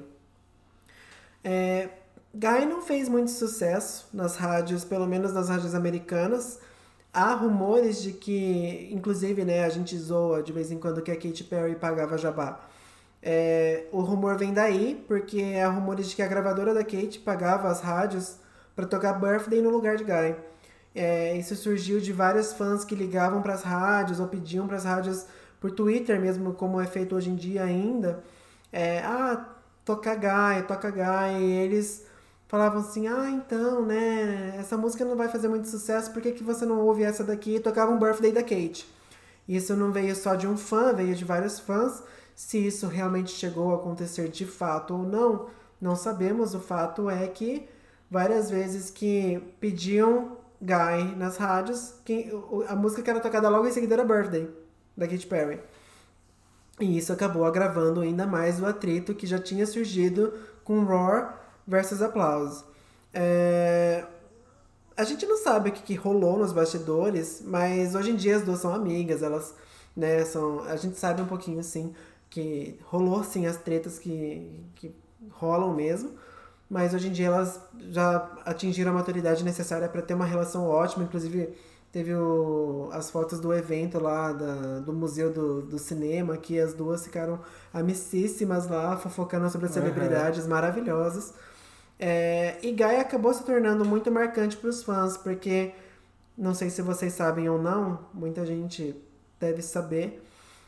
É, Guy não fez muito sucesso nas rádios, pelo menos nas rádios americanas. Há rumores de que, inclusive, né, a gente zoa de vez em quando que a Katy Perry pagava jabá. É, o rumor vem daí, porque há rumores de que a gravadora da Katy pagava as rádios para tocar Birthday no lugar de Guy. É, isso surgiu de vários fãs que ligavam para as rádios ou pediam para as rádios por Twitter mesmo, como é feito hoje em dia ainda. É, ah, toca Guy, toca Guy, e eles falavam assim, ah, então, né, essa música não vai fazer muito sucesso, por que, que você não ouve essa daqui? E tocava um Birthday da Katy. Isso não veio só de um fã, veio de vários fãs. Se isso realmente chegou a acontecer de fato ou não, não sabemos. O fato é que várias vezes que pediam Guy nas rádios, quem, a música que era tocada logo em seguida era Birthday, da Katy Perry. E isso acabou agravando ainda mais o atrito que já tinha surgido com Roar versus Applause. É... A gente não sabe o que, que rolou nos bastidores, mas hoje em dia as duas são amigas, elas, né, são... A gente sabe um pouquinho, sim, que rolou, sim, as tretas que, que rolam mesmo, mas hoje em dia elas já atingiram a maturidade necessária para ter uma relação ótima. Inclusive, teve o, as fotos do evento lá, da, do Museu do, do Cinema, que as duas ficaram amicíssimas lá, fofocando sobre as uhum. celebridades maravilhosas. É, e Guy acabou se tornando muito marcante para os fãs, porque, não sei se vocês sabem ou não, muita gente deve saber,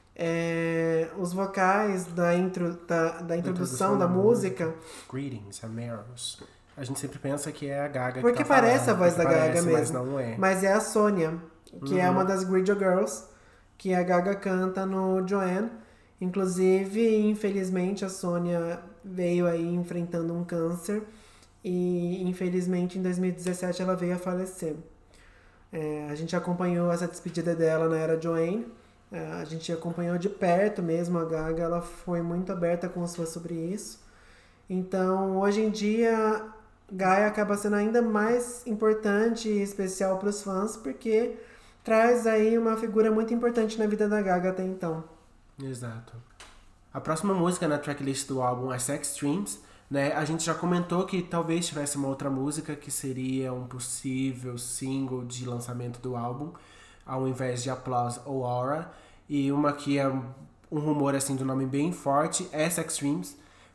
é, os vocais da, intro, da, da introdução, introdução da, da música, música Greetings, Ameros. A gente sempre pensa que é a Gaga que porque tá parece falando, a voz da parece, Gaga mesmo, mas não é. Mas é a Sônia, que uhum. é uma das Grid Girls, que a Gaga canta no Joanne. Inclusive, infelizmente, a Sônia veio aí enfrentando um câncer e, infelizmente, em dois mil e dezessete ela veio a falecer. É, a gente acompanhou essa despedida dela na era Joanne. É, a gente acompanhou de perto mesmo a Gaga, ela foi muito aberta com os fãs sobre isso. Então, hoje em dia, Guy acaba sendo ainda mais importante e especial para os fãs, porque traz aí uma figura muito importante na vida da Gaga até então. Exato. A próxima música na tracklist do álbum é Sex Dreams, né? A gente já comentou que talvez tivesse uma outra música que seria um possível single de lançamento do álbum, ao invés de Applause ou Aura. E uma que é um rumor assim do nome bem forte é Sex Dreams,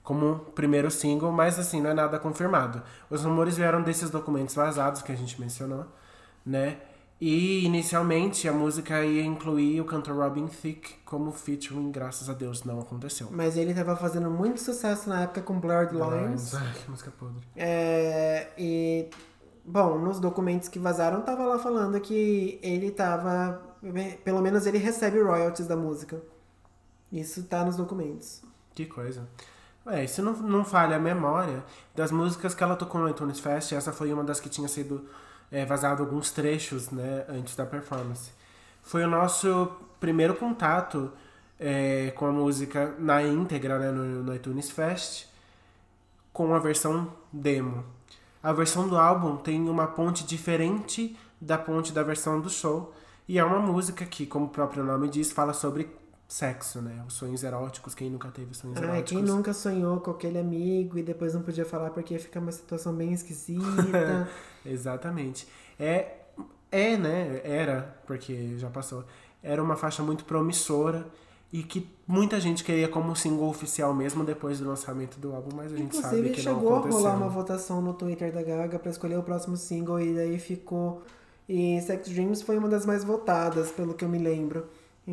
como primeiro single, mas assim, não é nada confirmado. Os rumores vieram desses documentos vazados que a gente mencionou, né? E inicialmente a música ia incluir o cantor Robin Thicke como featuring, graças a Deus não aconteceu. Mas ele tava fazendo muito sucesso na época com Blurred Lines. Ai, que música podre. É, e, bom, nos documentos que vazaram tava lá falando que ele tava, pelo menos ele recebe royalties da música. Isso tá nos documentos. Que coisa. É, se não, não falha a memória, das músicas que ela tocou no iTunes Fest, essa foi uma das que tinha sido é, vazado alguns trechos, né, antes da performance. Foi o nosso primeiro contato é, com a música na íntegra, né, no, no iTunes Fest, com a versão demo. A versão do álbum tem uma ponte diferente da ponte da versão do show, e é uma música que, como o próprio nome diz, fala sobre sexo, né? Os sonhos eróticos, quem nunca teve sonhos Ah, eróticos. quem nunca sonhou com aquele amigo e depois não podia falar porque fica uma situação bem esquisita. Exatamente. É, é, né? Era, porque já passou. Era uma faixa muito promissora e que muita gente queria como single oficial mesmo depois do lançamento do álbum, mas a gente Inclusive, sabe que não chegou a aconteceu. rolar uma votação no Twitter da Gaga pra escolher o próximo single e daí ficou... E Sex Dreams foi uma das mais votadas, pelo que eu me lembro.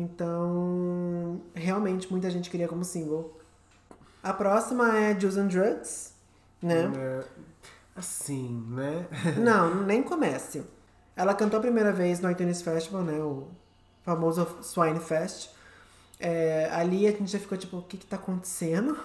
Então, realmente muita gente queria como single. A próxima é Juice and Drugs, né? É, assim, né? Não, nem comece. Ela cantou a primeira vez no iTunes Festival, né? O famoso Swine Fest. É, ali a gente já ficou tipo, o que que tá acontecendo?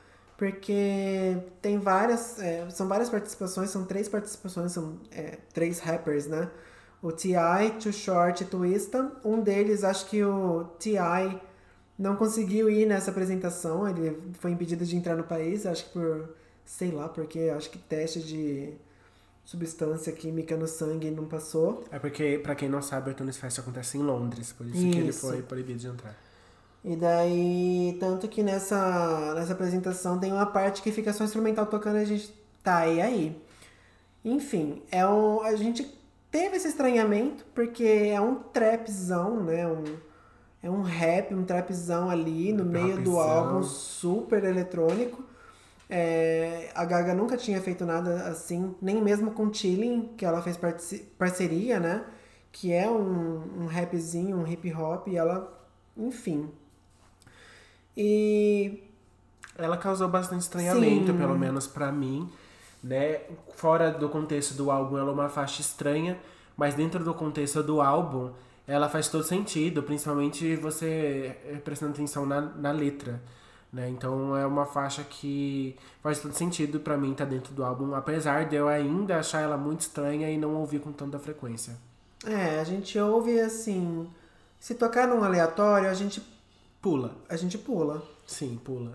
Porque tem várias... É, são várias participações, são três participações, são é, três rappers, né? O T I, Too Short e Twista. Um deles, acho que o T I não conseguiu ir nessa apresentação. Ele foi impedido de entrar no país, acho que por... Sei lá, porque acho que teste de substância química no sangue não passou. É porque, pra quem não sabe, o iTunes Fest acontece em Londres, por isso, isso que ele foi proibido de entrar. E daí, tanto que nessa, nessa apresentação tem uma parte que fica só instrumental tocando e a gente... Tá, e aí? Enfim, é um, a gente... Teve esse estranhamento, porque é um trapzão, né? Um, é um rap, um trapzão ali no meio Rapzão. do álbum, super eletrônico. É, a Gaga nunca tinha feito nada assim, nem mesmo com Chillin', que ela fez parceria, né? Que é um, um rapzinho, um hip hop, e ela... Enfim. E... Ela causou bastante estranhamento, Sim. pelo menos pra mim. Né? Fora do contexto do álbum, ela é uma faixa estranha, mas dentro do contexto do álbum, ela faz todo sentido, principalmente você prestando atenção na, na letra, né? Então é uma faixa que faz todo sentido pra mim estar tá dentro do álbum, apesar de eu ainda achar ela muito estranha e não ouvir com tanta frequência. É, a gente ouve assim... Se tocar num aleatório, a gente... Pula. A gente pula. Sim, pula.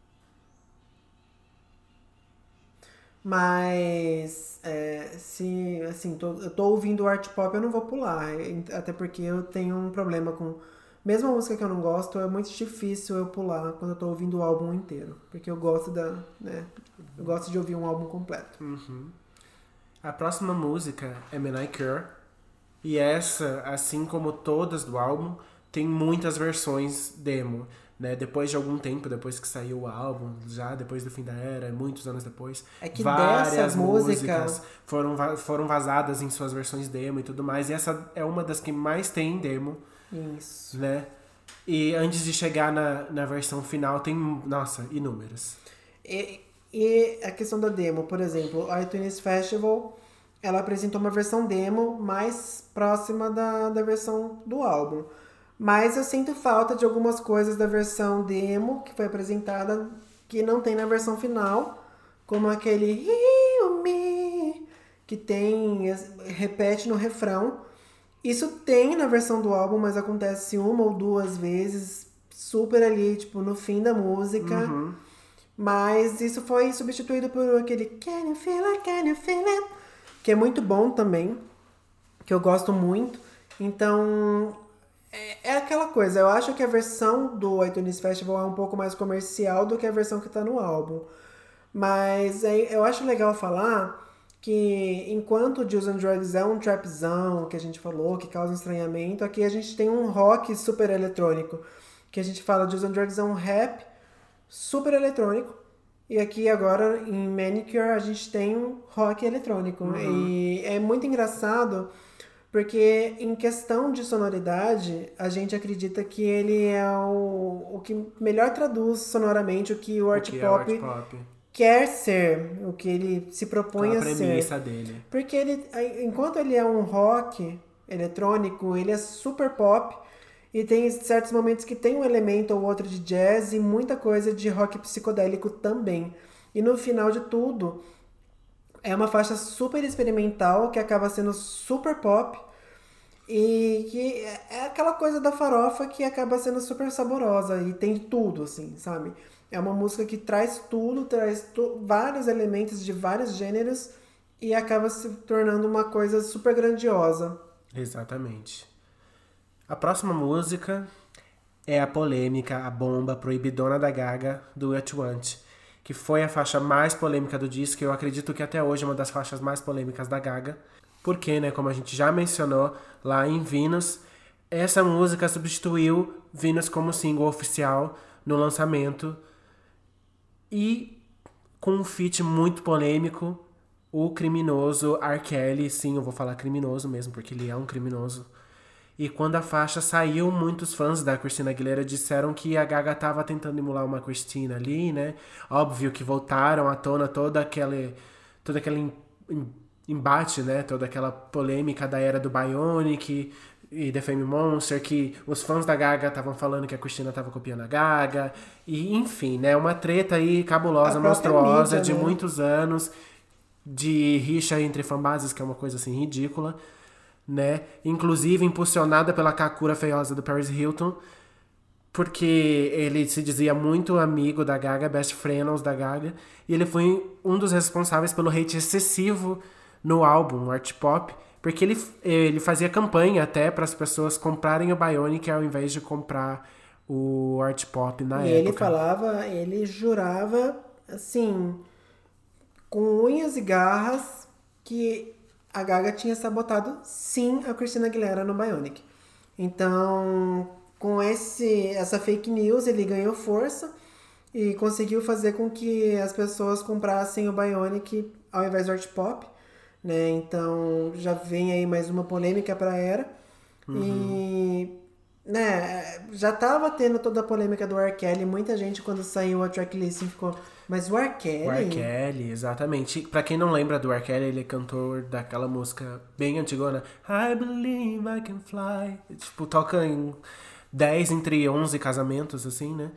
Mas, é, se, assim, tô, eu tô ouvindo art pop, eu não vou pular. Até porque eu tenho um problema com... Mesmo a música que eu não gosto, é muito difícil eu pular quando eu tô ouvindo o álbum inteiro. Porque eu gosto da... né, eu gosto de ouvir um álbum completo. Uhum. A próxima música é Man I Care. E essa, assim como todas do álbum, tem muitas versões demo. Né? Depois de algum tempo, depois que saiu o álbum, já depois do fim da era, muitos anos depois, É que várias dessa música... músicas foram, va- foram vazadas em suas versões demo e tudo mais. E essa é uma das que mais tem em demo. Isso. Né? E antes de chegar na, na versão final, tem, nossa, inúmeras. E, e a questão da demo, por exemplo, a iTunes Festival, ela apresentou uma versão demo mais próxima da, da versão do álbum. Mas eu sinto falta de algumas coisas da versão demo que foi apresentada que não tem na versão final, como aquele Heal Me, que tem, repete no refrão. Isso tem na versão do álbum, mas acontece uma ou duas vezes, super ali, tipo, no fim da música. Uhum. Mas isso foi substituído por aquele Can you feel it, can you feel it? Que é muito bom também, que eu gosto muito. Então... É aquela coisa, eu acho que a versão do iTunes Festival é um pouco mais comercial do que a versão que tá no álbum. Mas é, eu acho legal falar que enquanto Juice and Drugs é um trapzão, que a gente falou, que causa um estranhamento, aqui a gente tem um rock super eletrônico. Que a gente fala, Juice and Drugs é um rap super eletrônico. E aqui agora em Manicure a gente tem um rock eletrônico. Uhum. E é muito engraçado porque em questão de sonoridade, a gente acredita que ele é o, o que melhor traduz sonoramente o que o art o que pop, é o art pop quer ser, o que ele se propõe a ser. A premissa dele. Porque ele, enquanto ele é um rock eletrônico, ele é super pop e tem certos momentos que tem um elemento ou outro de jazz e muita coisa de rock psicodélico também. E no final de tudo, é uma faixa super experimental que acaba sendo super pop e que é aquela coisa da farofa que acaba sendo super saborosa e tem tudo, assim, sabe? É uma música que traz tudo, traz tu, vários elementos de vários gêneros e acaba se tornando uma coisa super grandiosa. Exatamente. A próxima música é a polêmica, a bomba proibidona da Gaga, do What You Want, que foi a faixa mais polêmica do disco. Eu acredito que até hoje é uma das faixas mais polêmicas da Gaga. Porque, né, como a gente já mencionou lá em Venus, essa música substituiu Venus como single oficial no lançamento. E com um feat muito polêmico, o criminoso R. Kelly, sim, eu vou falar criminoso mesmo, porque ele é um criminoso. E quando a faixa saiu, muitos fãs da Christina Aguilera disseram que a Gaga estava tentando emular uma Christina ali, né? Óbvio que voltaram à tona toda aquele, todo aquele embate, né? Toda aquela polêmica da era do Bionic e The Fame Monster, que os fãs da Gaga estavam falando que a Christina estava copiando a Gaga. E, enfim, né? Uma treta aí cabulosa, monstruosa, mídia, de né? muitos anos, de rixa entre fanbases, que é uma coisa assim ridícula. Né? Inclusive impulsionada pela Kakura feiosa do Paris Hilton, porque ele se dizia muito amigo da Gaga, best friends da Gaga, e ele foi um dos responsáveis pelo hate excessivo no álbum Art Pop, porque ele, ele fazia campanha até para as pessoas comprarem o Bionic ao invés de comprar o Art Pop na e época. E ele falava, ele jurava assim, com unhas e garras, que a Gaga tinha sabotado, sim, a Christina Aguilera no Bionic. Então, com esse, essa fake news, ele ganhou força e conseguiu fazer com que as pessoas comprassem o Bionic ao invés do Art Pop. Né? Então, já vem aí mais uma polêmica para a era. Uhum. E né, já tava tendo toda a polêmica do R. Kelly. Muita gente, quando saiu a tracklist, ficou... Mas o R. Kelly... O R. Kelly, exatamente. Pra quem não lembra do R. Kelly, ele é cantor daquela música bem antigona. I believe I can fly. Tipo, toca em dez entre onze casamentos, assim, né?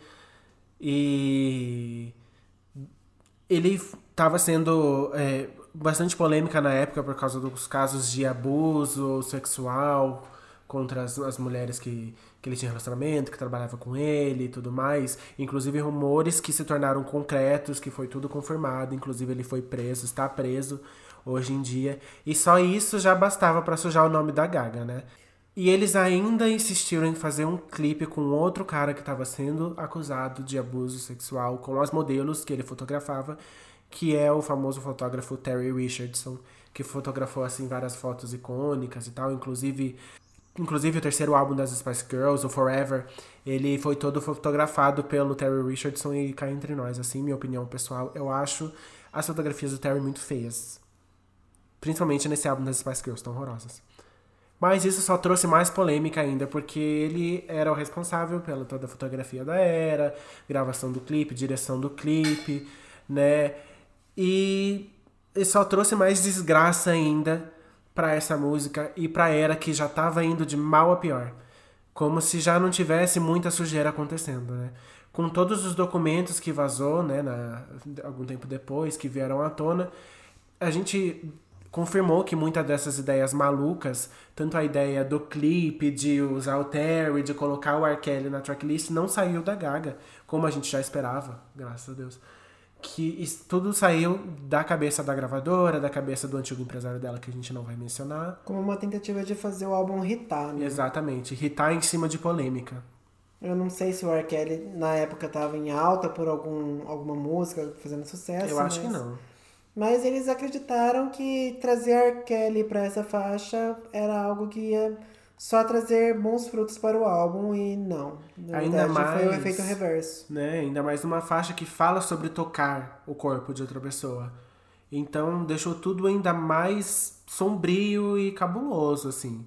E... ele tava sendo é, bastante polêmica na época por causa dos casos de abuso sexual contra as, as mulheres que, que ele tinha relacionamento, que trabalhava com ele e tudo mais. Inclusive rumores que se tornaram concretos, que foi tudo confirmado. Inclusive ele foi preso, está preso hoje em dia. E só isso já bastava para sujar o nome da Gaga, né? E eles ainda insistiram em fazer um clipe com outro cara que estava sendo acusado de abuso sexual com as modelos que ele fotografava, que é o famoso fotógrafo Terry Richardson, que fotografou assim várias fotos icônicas e tal, inclusive... Inclusive o terceiro álbum das Spice Girls, o Forever, ele foi todo fotografado pelo Terry Richardson e cá entre nós, assim, minha opinião pessoal, eu acho as fotografias do Terry muito feias. Principalmente nesse álbum das Spice Girls, tão horrorosas. Mas isso só trouxe mais polêmica ainda, porque ele era o responsável pela toda a fotografia da era, gravação do clipe, direção do clipe, né? E, e só trouxe mais desgraça ainda pra essa música e pra era que já tava indo de mal a pior. Como se já não tivesse muita sujeira acontecendo, né? Com todos os documentos que vazou, né, na, algum tempo depois, que vieram à tona, a gente confirmou que muitas dessas ideias malucas, tanto a ideia do clipe, de usar o Terry, de colocar o R. Kelly na tracklist, não saiu da Gaga, como a gente já esperava, graças a Deus. Que isso tudo saiu da cabeça da gravadora, da cabeça do antigo empresário dela, que a gente não vai mencionar. Como uma tentativa de fazer o álbum hitar, né? Exatamente, hitar em cima de polêmica. Eu não sei se o R. Kelly na época estava em alta por algum, alguma música fazendo sucesso. Eu acho mas... que não. Mas eles acreditaram que trazer R. Kelly para essa faixa era algo que ia só trazer bons frutos para o álbum e não. Na Ainda verdade, mais, foi o efeito reverso. Né? Ainda mais numa faixa que fala sobre tocar o corpo de outra pessoa. Então deixou tudo ainda mais sombrio e cabuloso, assim.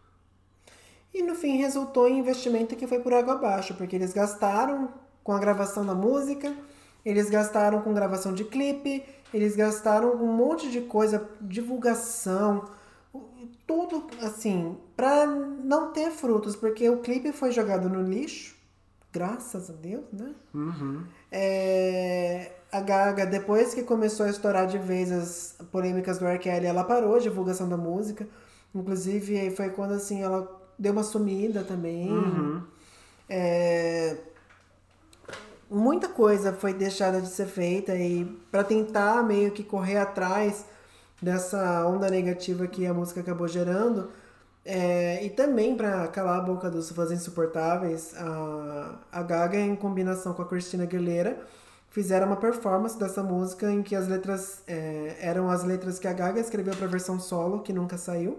E no fim resultou em investimento que foi por água abaixo, porque eles gastaram com a gravação da música, eles gastaram com gravação de clipe, eles gastaram um monte de coisa, divulgação, tudo assim, pra não ter frutos, porque o clipe foi jogado no lixo, graças a Deus, né? Uhum. É, a Gaga, depois que começou a estourar de vez as polêmicas do R. Kelly, ela parou a divulgação da música. Inclusive, foi quando assim ela deu uma sumida também. Uhum. É, muita coisa foi deixada de ser feita e para tentar meio que correr atrás dessa onda negativa que a música acabou gerando. É, e também para calar a boca dos fãs insuportáveis, a, a Gaga, em combinação com a Christina Aguilera, fizeram uma performance dessa música em que as letras é, eram as letras que a Gaga escreveu para a versão solo, que nunca saiu.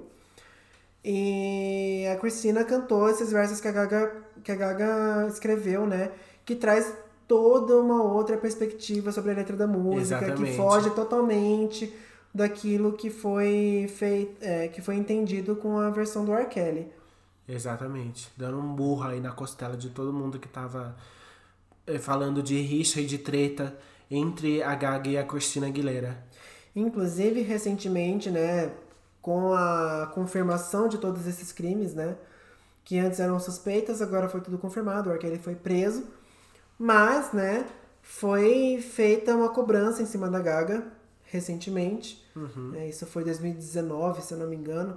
E a Christina cantou esses versos que a Gaga, que a Gaga escreveu, né? Que traz toda uma outra perspectiva sobre a letra da música, Exatamente. que foge totalmente daquilo que foi feito, é, que foi entendido com a versão do R. Kelly. Exatamente. Dando um burro aí na costela de todo mundo que tava é, falando de rixa e de treta entre a Gaga e a Christina Aguilera. Inclusive, recentemente, né, com a confirmação de todos esses crimes, né, que antes eram suspeitas, agora foi tudo confirmado, o R. Kelly foi preso, mas, né, foi feita uma cobrança em cima da Gaga recentemente, Uhum. é, isso foi em dois mil e dezenove, se eu não me engano,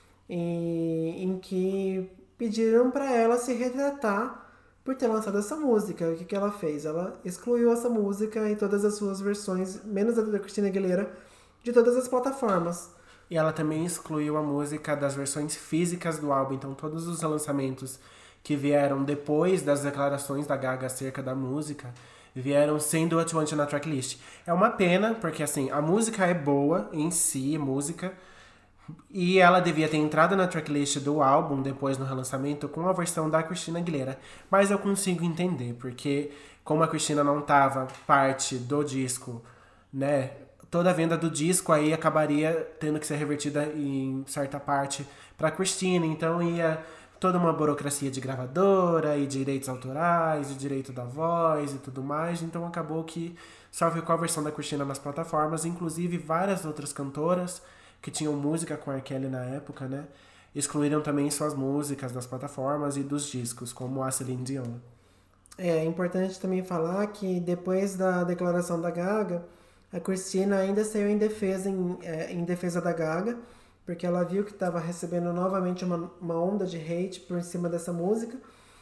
em, em que pediram para ela se retratar por ter lançado essa música. O que, que ela fez? Ela excluiu essa música em todas as suas versões, menos a da Christina Aguilera, de todas as plataformas. E ela também excluiu a música das versões físicas do álbum, então todos os lançamentos que vieram depois das declarações da Gaga acerca da música vieram sem Do What You Want na tracklist. É uma pena, porque assim, a música é boa em si, música, e ela devia ter entrado na tracklist do álbum depois no relançamento com a versão da Christina Aguilera. Mas eu consigo entender, porque como a Christina não estava parte do disco, né, toda a venda do disco aí acabaria tendo que ser revertida em certa parte para Christina, então ia toda uma burocracia de gravadora e direitos autorais e direito da voz e tudo mais, então acabou que só ficou a versão da Christina nas plataformas, inclusive várias outras cantoras que tinham música com R. Kelly na época, né, excluíram também suas músicas das plataformas e dos discos, como a Celine Dion. É importante também falar que depois da declaração da Gaga, a Christina ainda saiu em defesa, em, é, em defesa da Gaga, porque ela viu que estava recebendo novamente uma, uma onda de hate por cima dessa música.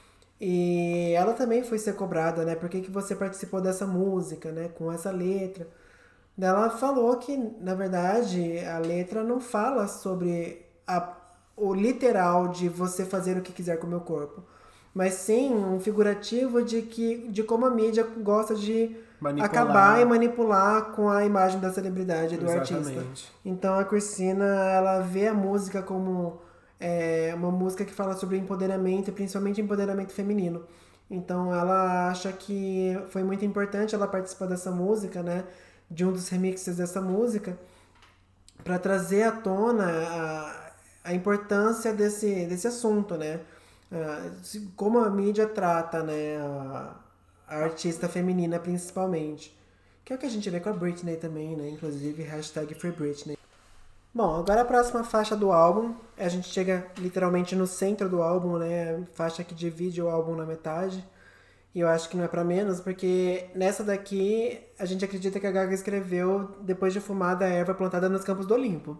E ela também foi ser cobrada, né? Por que, que você participou dessa música, né? Com essa letra. Ela falou que, na verdade, a letra não fala sobre a, o literal de você fazer o que quiser com o meu corpo, mas sim um figurativo de, que, de como a mídia gosta de manipular. Acabar e manipular com a imagem da celebridade, do Exatamente. artista. Então a Christina, ela vê a música como é, uma música que fala sobre empoderamento, principalmente empoderamento feminino. Então ela acha que foi muito importante ela participar dessa música, né, de um dos remixes dessa música, para trazer à tona a, a importância desse, desse assunto, né, como a mídia trata, né, a, a artista feminina principalmente. Que é o que a gente vê com a Britney também, né? Inclusive, hashtag Free Britney. Bom, agora a próxima faixa do álbum. A gente chega literalmente no centro do álbum, né? A faixa que divide o álbum na metade. E eu acho que não é pra menos, porque nessa daqui a gente acredita que a Gaga escreveu depois de fumar da erva plantada nos Campos do Olimpo.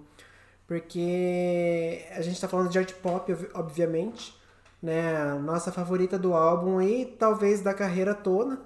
Porque a gente tá falando de art pop, obviamente, né, a nossa favorita do álbum e talvez da carreira toda.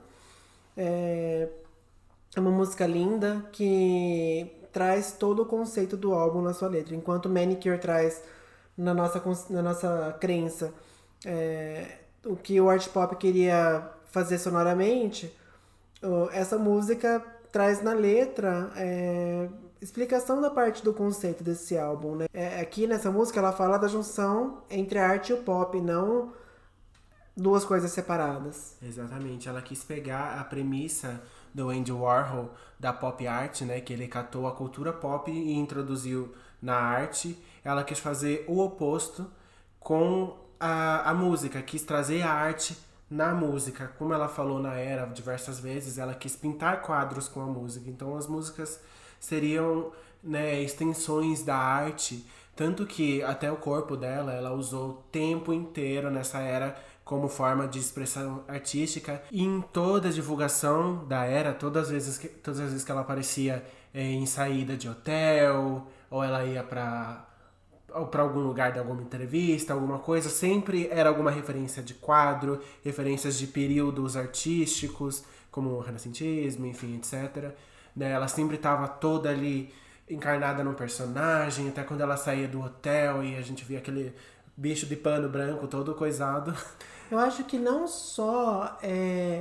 É uma música linda que traz todo o conceito do álbum na sua letra. Enquanto Manicure traz na nossa, na nossa crença é, o que o art pop queria fazer sonoramente, essa música traz na letra é, explicação da parte do conceito desse álbum, né? É, aqui nessa música ela fala da junção entre a arte e o pop, não duas coisas separadas. Exatamente, ela quis pegar a premissa do Andy Warhol da pop art, né, que ele catou a cultura pop e introduziu na arte. Ela quis fazer o oposto com a, a música, quis trazer a arte na música. Como ela falou na Era diversas vezes, ela quis pintar quadros com a música. Então as músicas seriam, né, extensões da arte, tanto que até o corpo dela, ela usou o tempo inteiro nessa era como forma de expressão artística. E em toda a divulgação da Era, todas as vezes que, todas as vezes que ela aparecia é, em saída de hotel, ou ela ia para ou para algum lugar de alguma entrevista, alguma coisa, sempre era alguma referência de quadro, referências de períodos artísticos, como o renascentismo, enfim, etcétera. Né? Ela sempre estava toda ali encarnada num personagem, até quando ela saía do hotel e a gente via aquele bicho de pano branco todo coisado. Eu acho que não só é,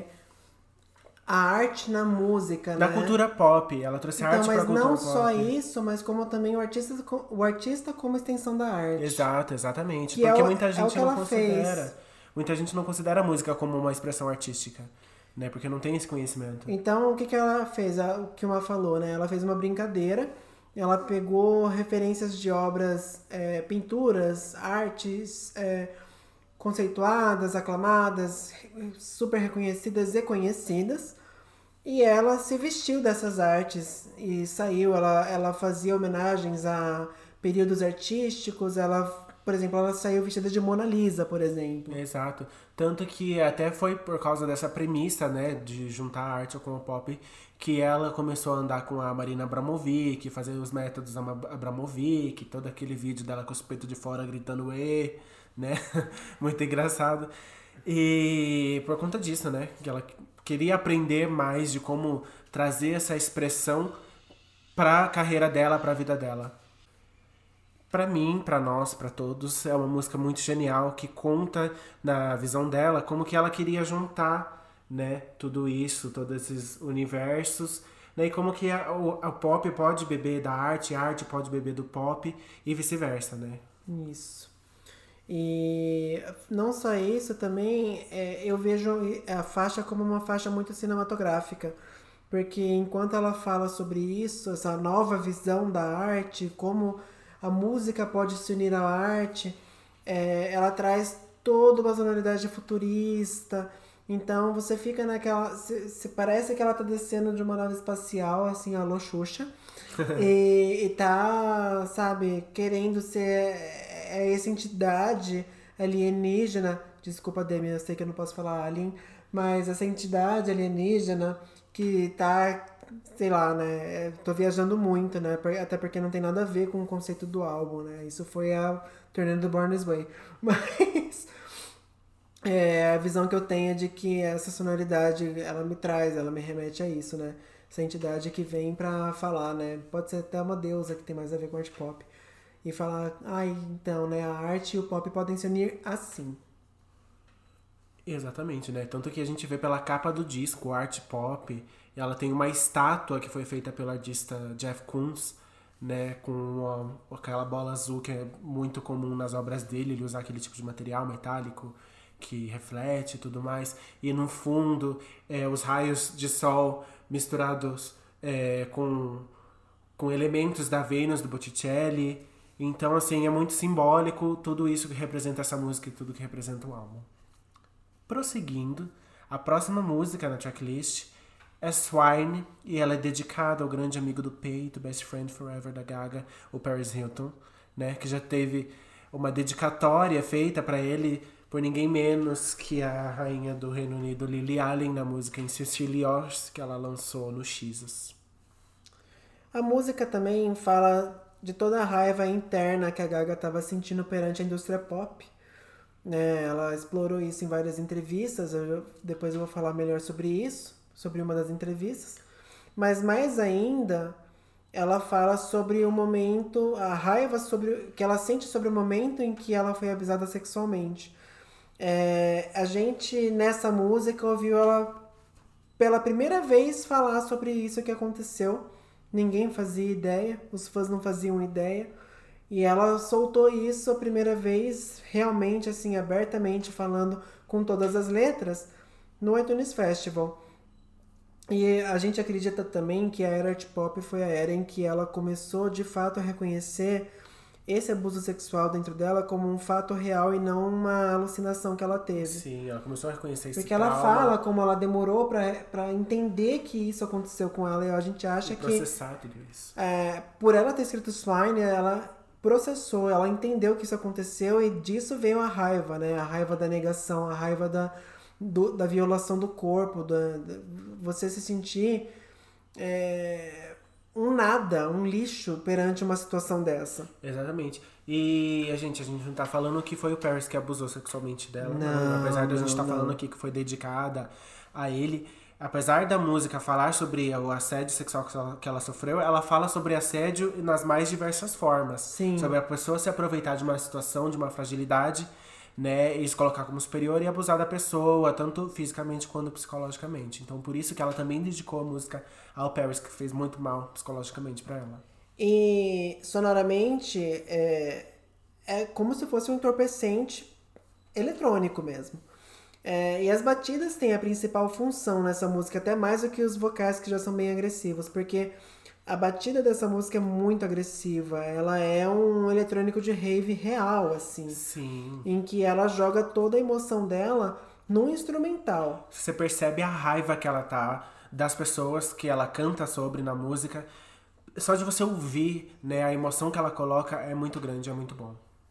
a arte na música, na né? cultura pop, ela trouxe então, arte pra cultura pop. Mas não só isso, mas como também o artista, o artista como extensão da arte. Exato, exatamente. Que Porque é o, muita gente é o não ela considera. Fez. Muita gente não considera a música como uma expressão artística, né? Porque não tem esse conhecimento. Então, o que, que ela fez? O que uma falou, né? Ela fez uma brincadeira. Ela pegou referências de obras, é, pinturas, artes é, conceituadas, aclamadas, super reconhecidas e conhecidas. E ela se vestiu dessas artes e saiu. Ela, ela fazia homenagens a períodos artísticos. Ela, por exemplo, ela saiu vestida de Mona Lisa, por exemplo. Exato. Tanto que até foi por causa dessa premissa, né, de juntar a arte com o pop, que ela começou a andar com a Marina Abramovic, fazer os métodos Abramovic, todo aquele vídeo dela com os peitos de fora gritando "e", né? Muito engraçado. E por conta disso, né, que ela queria aprender mais de como trazer essa expressão para a carreira dela, para a vida dela. Para mim, para nós, para todos, é uma música muito genial que conta na visão dela como que ela queria juntar, né, tudo isso, todos esses universos, né, e como que a, o, a pop pode beber da arte, a arte pode beber do pop e vice-versa, né? Isso. E não só isso, também é, eu vejo a faixa como uma faixa muito cinematográfica, porque enquanto ela fala sobre isso, essa nova visão da arte, como a música pode se unir à arte, é, ela traz toda uma sonoridade futurista, então você fica naquela... Se, se parece que ela tá descendo de uma nave espacial, assim, alô Xuxa, e, e tá, sabe, querendo ser é, essa entidade alienígena, desculpa Demi, eu sei que eu não posso falar alien, mas essa entidade alienígena que tá... sei lá, né, tô viajando muito, né, até porque não tem nada a ver com o conceito do álbum, né, isso foi a turnê do Born This Way, mas é, a visão que eu tenho é de que essa sonoridade, ela me traz, ela me remete a isso, né, essa entidade que vem pra falar, né, pode ser até uma deusa que tem mais a ver com art pop, e falar, ah, então, né, a arte e o pop podem se unir assim. Exatamente, né, tanto que a gente vê pela capa do disco, art pop. Ela tem uma estátua que foi feita pelo artista Jeff Koons, né, com uma, aquela bola azul que é muito comum nas obras dele, ele usar aquele tipo de material metálico que reflete e tudo mais. E no fundo, é, os raios de sol misturados é, com, com elementos da Vênus, do Botticelli. Então, assim, é muito simbólico tudo isso que representa essa música e tudo que representa o álbum. Prosseguindo, a próxima música na tracklist é Swine, e ela é dedicada ao grande amigo do peito, Best Friend Forever da Gaga, o Paris Hilton, né, que já teve uma dedicatória feita para ele por ninguém menos que a rainha do Reino Unido, Lily Allen, na música In Sincerely Yours, que ela lançou no Jesus. A música também fala de toda a raiva interna que a Gaga estava sentindo perante a indústria pop. Né? Ela explorou isso em várias entrevistas, eu, depois eu vou falar melhor sobre isso, sobre uma das entrevistas. Mas mais ainda, ela fala sobre o momento, a raiva sobre, que ela sente sobre o momento em que ela foi abusada sexualmente. É, a gente, nessa música, ouviu ela pela primeira vez, falar sobre isso que aconteceu. Ninguém fazia ideia, os fãs não faziam ideia. E ela soltou isso a primeira vez, realmente, assim, abertamente, falando com todas as letras, no iTunes Festival. E a gente acredita também que a era art pop foi a era em que ela começou, de fato, a reconhecer esse abuso sexual dentro dela como um fato real e não uma alucinação que ela teve. Sim, ela começou a reconhecer isso. Porque ela fala como ela demorou pra, pra entender que isso aconteceu com ela, e a gente acha que... processar tudo isso. É, por ela ter escrito Swine, ela processou, ela entendeu que isso aconteceu e disso veio a raiva, né? A raiva da negação, a raiva da, do, da violação do corpo, da, da você se sentir é, um nada, um lixo perante uma situação dessa. Exatamente. E a gente, a gente não tá falando que foi o Paris que abusou sexualmente dela, não, não. Apesar de a gente não, estar tá falando aqui que foi dedicada a ele. Apesar da música falar sobre o assédio sexual que ela, que ela sofreu, ela fala sobre assédio nas mais diversas formas. Sim. Sobre a pessoa se aproveitar de uma situação, de uma fragilidade, né, e se colocar como superior e abusar da pessoa, tanto fisicamente quanto psicologicamente. Então, por isso que ela também dedicou a música ao Paris, que fez muito mal psicologicamente pra ela. E sonoramente é, é como se fosse um entorpecente eletrônico mesmo. É, e as batidas têm a principal função nessa música, até mais do que os vocais, que já são bem agressivos, porque a batida dessa música é muito agressiva. Ela é um eletrônico de rave real, assim. Sim. Em que ela joga toda a emoção dela num instrumental. Você percebe a raiva que ela tá das pessoas que ela canta sobre na música. Só de você ouvir, né, a emoção que ela coloca é muito grande, é muito bom.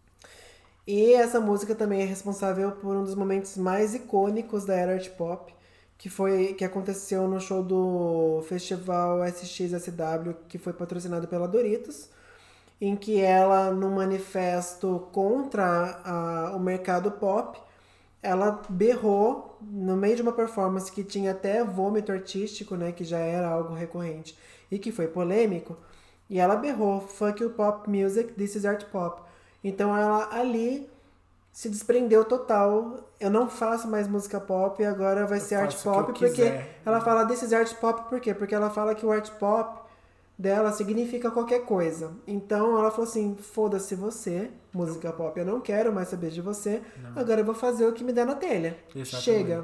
E essa música também é responsável por um dos momentos mais icônicos da era art pop, que foi que aconteceu no show do Festival S X S W, que foi patrocinado pela Doritos, em que ela, num manifesto contra a, o mercado pop, ela berrou no meio de uma performance que tinha até vômito artístico, né, que já era algo recorrente e que foi polêmico, e ela berrou "Fuck you pop music, this is art pop". Então ela ali se desprendeu total. Eu não faço mais música pop, agora vai eu ser art pop, porque quiser. Ela fala "this is art pop", por quê? Porque ela fala que o art pop dela significa qualquer coisa. Então ela falou assim: foda-se você, música pop, eu não quero mais saber de você, não. Agora eu vou fazer o que me der na telha. Exatamente. Chega.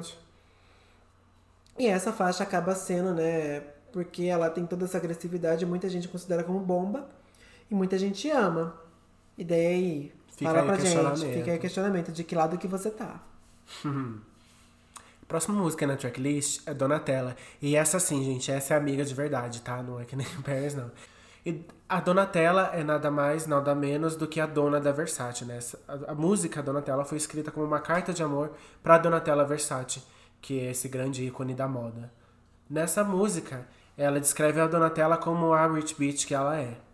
E essa faixa acaba sendo, né, porque ela tem toda essa agressividade, muita gente considera como bomba e muita gente ama. E daí aí, fica fala aí pra gente, fica aí o questionamento de que lado que você tá. Próxima música na tracklist é Donatella. E essa sim, gente, essa é amiga de verdade, tá? Não é que nem Paris, não. E a Donatella é nada mais, nada menos do que a dona da Versace, né? A, a música Donatella foi escrita como uma carta de amor pra Donatella Versace, que é esse grande ícone da moda. Nessa música, ela descreve a Donatella como a rich bitch que ela é.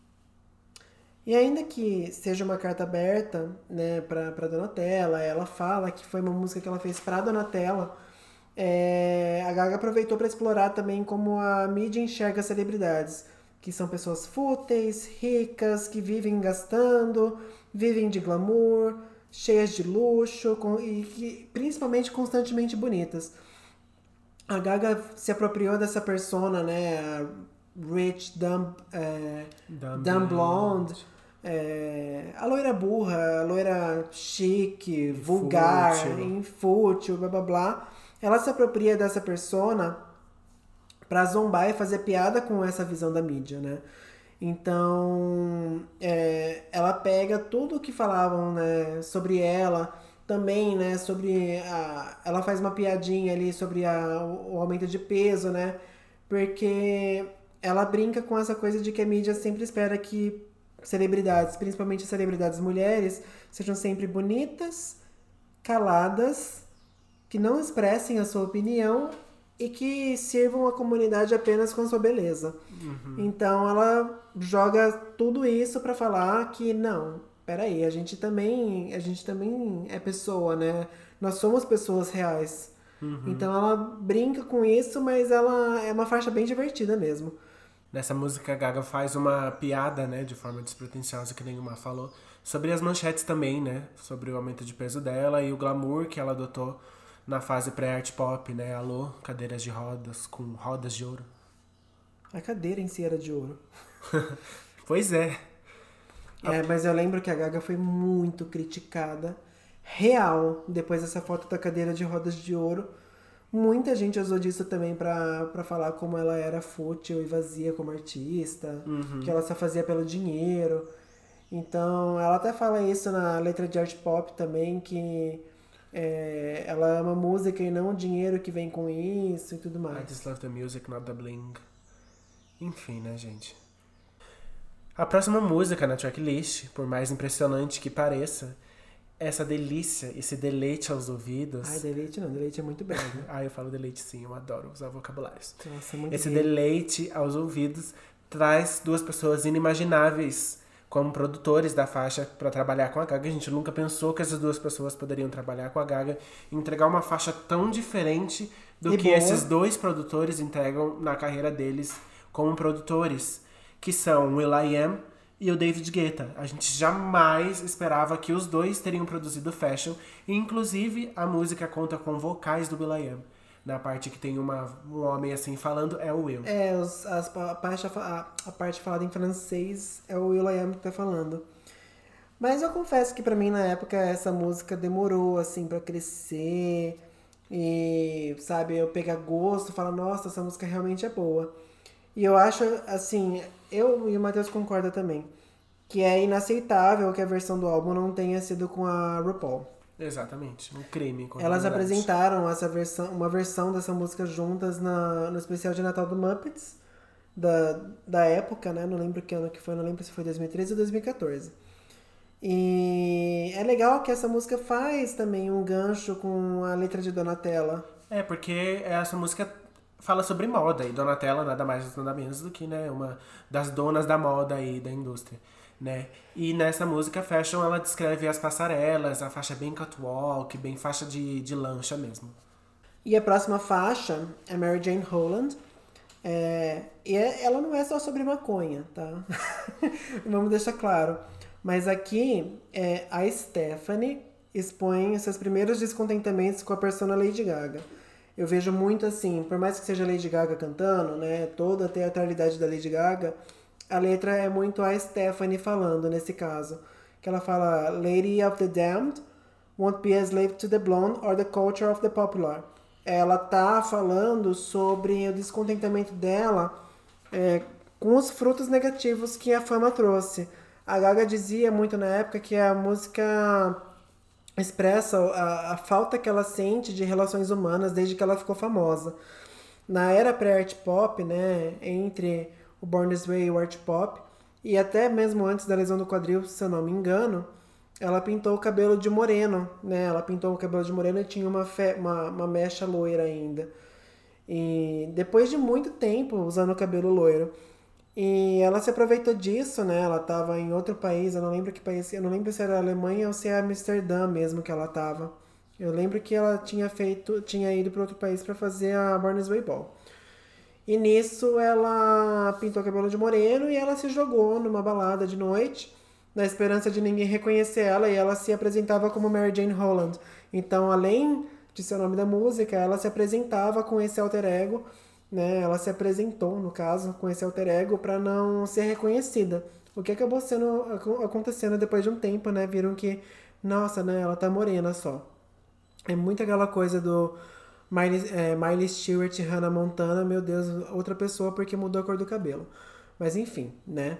E ainda que seja uma carta aberta, né, pra, pra Donatella, ela fala que foi uma música que ela fez pra Donatella, é, a Gaga aproveitou para explorar também como a mídia enxerga celebridades, que são pessoas fúteis, ricas, que vivem gastando, vivem de glamour, cheias de luxo com, e que, principalmente constantemente bonitas. A Gaga se apropriou dessa persona, né, a rich, dumb, é, dumb, dumb blonde, é, a loira burra, a loira chique, vulgar, fútil, blá blá blá. Ela se apropria dessa persona pra zombar e fazer piada com essa visão da mídia, né? Então, é, ela pega tudo o que falavam, né, sobre ela, também, né, sobre a, ela faz uma piadinha ali sobre a, o aumento de peso, né? Porque ela brinca com essa coisa de que a mídia sempre espera que celebridades, principalmente celebridades mulheres, sejam sempre bonitas, caladas, que não expressem a sua opinião e que sirvam a comunidade apenas com a sua beleza. Uhum. Então ela joga tudo isso pra falar que não, peraí, a gente também, a gente também é pessoa, né? Nós somos pessoas reais. Uhum. Então ela brinca com isso, mas ela é uma faixa bem divertida mesmo. Nessa música, a Gaga faz uma piada, né, de forma despretensiosa, que nenhuma falou, sobre as manchetes também, né, sobre o aumento de peso dela e o glamour que ela adotou na fase pré-art pop, né? Alô, cadeiras de rodas com rodas de ouro. A cadeira em si era de ouro. Pois é. É, mas eu lembro que a Gaga foi muito criticada, real, depois dessa foto da cadeira de rodas de ouro. Muita gente usou disso também pra, pra falar como ela era fútil e vazia como artista, Uhum. que ela só fazia pelo dinheiro. Então, ela até fala isso na letra de art pop também, que é, ela ama música e não o dinheiro que vem com isso e tudo I mais. just love the music, not the bling. Enfim, né, gente? A próxima música na tracklist, por mais impressionante que pareça, essa delícia, esse deleite aos ouvidos. Ai, deleite não, deleite é muito belo. Ah, eu falo deleite sim, eu adoro usar vocabulários. Nossa, muito Esse gay. deleite aos ouvidos traz duas pessoas inimagináveis como produtores da faixa para trabalhar com a Gaga. A gente nunca pensou que essas duas pessoas poderiam trabalhar com a Gaga e entregar uma faixa tão diferente do E que boa. esses dois produtores entregam na carreira deles como produtores, que são o will.i.am e o David Guetta. A gente jamais esperava que os dois teriam produzido Fashion, e inclusive a música conta com vocais do will.i.am. Na parte que tem uma, um homem assim falando, é o Will. É, os, as, a, parte, a, a parte falada em francês é o will.i.am que tá falando. Mas eu confesso que pra mim, na época, essa música demorou, assim, pra crescer. E, sabe, eu pegar gosto, falar, nossa, essa música realmente é boa. E eu acho, assim, eu e o Matheus concordam também, que é inaceitável que a versão do álbum não tenha sido com a RuPaul. Exatamente, um crime. contra a Elas humanidade. apresentaram essa versão, uma versão dessa música juntas na, no especial de Natal do Muppets, da, da época, né? Não lembro que ano que foi, não lembro se foi dois mil e treze ou dois mil e quatorze. E é legal que essa música faz também um gancho com a letra de Donatella. É, porque essa música fala sobre moda, e Donatella nada mais nada menos do que, né, uma das donas da moda aí da indústria, né? E nessa música Fashion ela descreve as passarelas, a faixa bem catwalk, bem faixa de, de lancha mesmo. E a próxima faixa é Mary Jane Holland. É, e é- ela não é só sobre maconha, tá? Vamos deixar claro. Mas aqui é, a Stephanie expõe seus primeiros descontentamentos com a persona Lady Gaga. Eu vejo muito assim, por mais que seja Lady Gaga cantando, né, toda a teatralidade da Lady Gaga, a letra é muito a Stephanie falando nesse caso. Que ela fala, Lady of the Damned won't be a slave to the blonde or the culture of the popular. Ela tá falando sobre o descontentamento dela é, com os frutos negativos que a fama trouxe. A Gaga dizia muito na época que a música expressa a, a falta que ela sente de relações humanas desde que ela ficou famosa. Na era pré-art pop, né, entre o Born This Way e o art pop, e até mesmo antes da lesão do quadril, se eu não me engano, ela pintou o cabelo de moreno, né? Ela pintou o cabelo de moreno e tinha uma, fe... uma, uma mecha loira ainda. E depois de muito tempo usando o cabelo loiro. E ela se aproveitou disso, né? Ela tava em outro país, eu não lembro que país, eu não lembro se era a Alemanha ou se é Amsterdã mesmo que ela tava. Eu lembro que ela tinha feito, tinha ido para outro país para fazer a Born This Way Ball. E nisso ela pintou o cabelo de moreno e ela se jogou numa balada de noite, na esperança de ninguém reconhecer ela, e ela se apresentava como Mary Jane Holland. Então, além de ser o nome da música, ela se apresentava com esse alter ego, né? Ela se apresentou, no caso, com esse alter ego para não ser reconhecida. O que acabou sendo, acontecendo depois de um tempo, né? Viram que, nossa, né? Ela tá morena só. É muito aquela coisa do Miley, é, Miley Stewart e Hannah Montana, meu Deus, outra pessoa porque mudou a cor do cabelo. Mas enfim, né?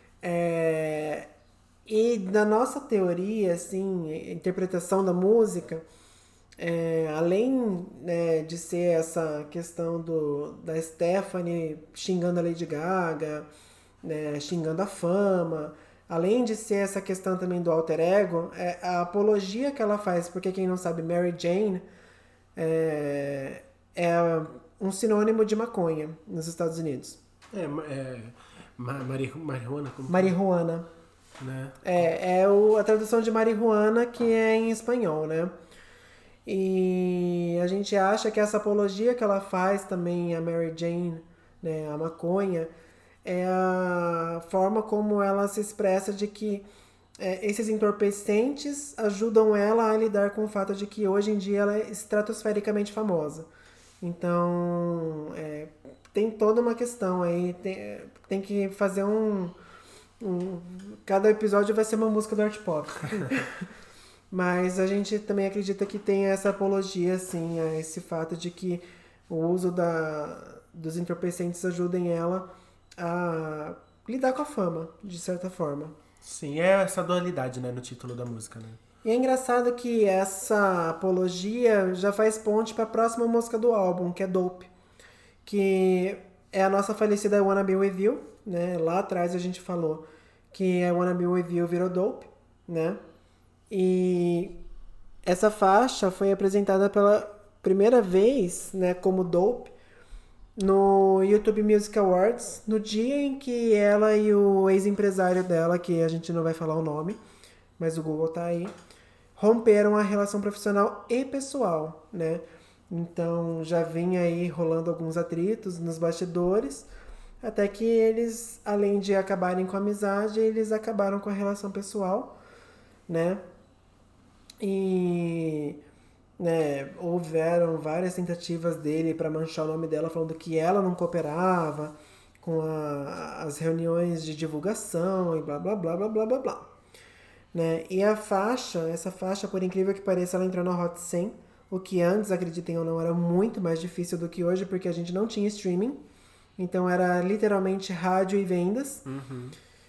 É... E da nossa teoria, assim, interpretação da música, é, além, né, de ser essa questão do, da Stephanie xingando a Lady Gaga, né, xingando a fama, além de ser essa questão também do alter ego, é a apologia que ela faz, porque quem não sabe, Mary Jane é, é um sinônimo de maconha nos Estados Unidos. É, é mari, marihuana? Como Marihuana. Né? É, é o, a tradução de marihuana que é em espanhol, né? E a gente acha que essa apologia que ela faz também a Mary Jane, né, a maconha, é a forma como ela se expressa de que é, esses entorpecentes ajudam ela a lidar com o fato de que hoje em dia ela é estratosfericamente famosa. Então, é, tem toda uma questão aí, tem, tem que fazer um, um... Cada episódio vai ser uma música do art pop. Mas a gente também acredita que tem essa apologia, assim, a esse fato de que o uso da, dos entorpecentes ajudem ela a lidar com a fama, de certa forma. Sim, é essa dualidade, né, no título da música, né? E é engraçado que essa apologia já faz ponte para a próxima música do álbum, que é Dope. Que é a nossa falecida I Wanna Be With You, né? Lá atrás a gente falou que I Wanna Be With You virou Dope, né? E essa faixa foi apresentada pela primeira vez, né, como Dope no YouTube Music Awards, no dia em que ela e o ex-empresário dela, que a gente não vai falar o nome, mas o Google tá aí, romperam a relação profissional e pessoal, né? Então já vinha aí rolando alguns atritos nos bastidores, até que eles, além de acabarem com a amizade, eles acabaram com a relação pessoal, né? E, né, houveram várias tentativas dele para manchar o nome dela, falando que ela não cooperava com a, as reuniões de divulgação e blá blá blá blá blá blá blá. Né? E a faixa, essa faixa, por incrível que pareça, ela entrou na Hot cem, o que antes, acreditem ou não, era muito mais difícil do que hoje, porque a gente não tinha streaming, então era literalmente rádio e vendas. Uhum.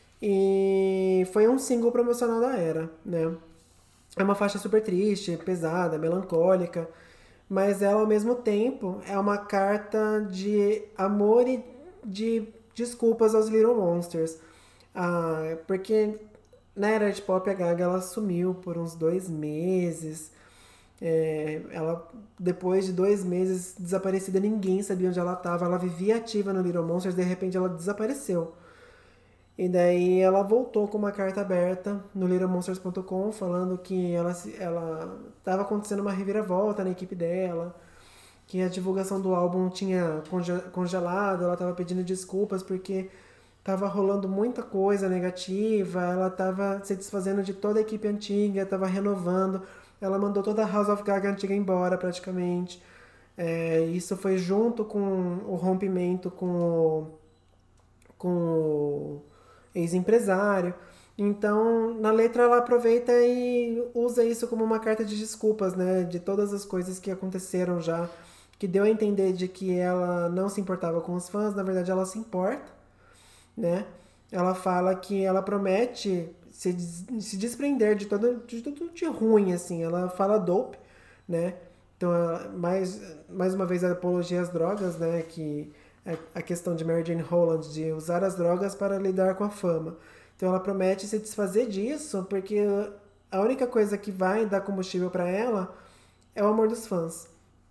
E foi um single promocional da era, né? É uma faixa super triste, pesada, melancólica, mas ela ao mesmo tempo é uma carta de amor e de desculpas aos Little Monsters. Ah, porque na era de pop a Gaga ela sumiu por uns dois meses. É, ela, depois de dois meses desaparecida, ninguém sabia onde ela estava. Ela vivia ativa no Little Monsters, de repente ela desapareceu. E daí ela voltou com uma carta aberta no little monsters ponto com falando que ela ela estava acontecendo uma reviravolta na equipe dela, que a divulgação do álbum tinha congelado, ela estava pedindo desculpas porque estava rolando muita coisa negativa, ela estava se desfazendo de toda a equipe antiga, estava renovando, ela mandou toda a House of Gaga antiga embora praticamente. É, isso foi junto com o rompimento com o, com o ex-empresário. Então, na letra ela aproveita e usa isso como uma carta de desculpas, né? De todas as coisas que aconteceram já, que deu a entender de que ela não se importava com os fãs, na verdade ela se importa, né? Ela fala que ela promete se, se desprender de tudo de, tudo de ruim, assim. Ela fala dope, né? Então, mais, mais uma vez a apologia às drogas, né? Que a questão de Mary Jane Holland de usar as drogas para lidar com a fama. Então ela promete se desfazer disso, porque a única coisa que vai dar combustível para ela é o amor dos fãs.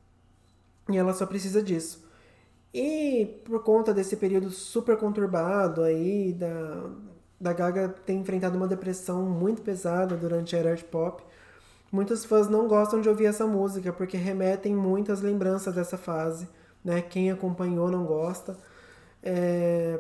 E ela só precisa disso. E por conta desse período super conturbado aí, da, da Gaga ter enfrentado uma depressão muito pesada durante a era art pop, muitos fãs não gostam de ouvir essa música, porque remetem muitas lembranças dessa fase. Né? Quem acompanhou não gosta. É...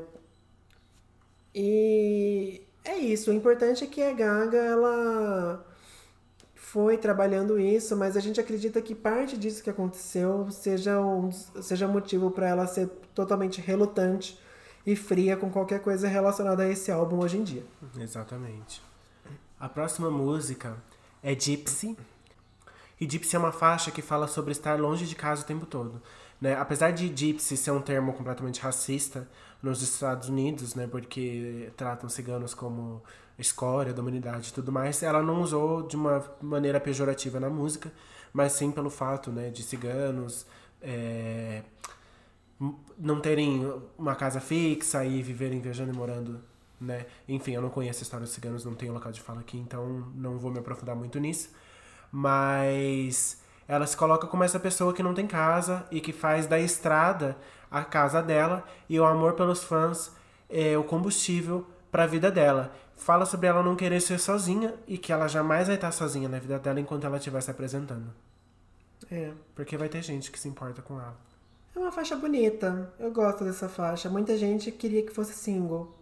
E é isso. O importante é que a Gaga ela foi trabalhando isso, mas a gente acredita que parte disso que aconteceu seja, um, seja motivo para ela ser totalmente relutante e fria com qualquer coisa relacionada a esse álbum hoje em dia. Exatamente. A próxima música é Gypsy. E Gypsy é uma faixa que fala sobre estar longe de casa o tempo todo. Né? Apesar de Gypsy ser um termo completamente racista nos Estados Unidos, né? Porque tratam ciganos como escória da humanidade e tudo mais, ela não usou de uma maneira pejorativa na música, mas sim pelo fato, né, de ciganos é, não terem uma casa fixa e viverem viajando e morando, né? Enfim, eu não conheço a história dos ciganos, não tenho local de fala aqui, então não vou me aprofundar muito nisso. Mas ela se coloca como essa pessoa que não tem casa e que faz da estrada a casa dela, e o amor pelos fãs é o combustível para a vida dela. Fala sobre ela não querer ser sozinha e que ela jamais vai estar sozinha na vida dela enquanto ela estiver se apresentando. É. Porque vai ter gente que se importa com ela. É uma faixa bonita. Eu gosto dessa faixa. Muita gente queria que fosse single.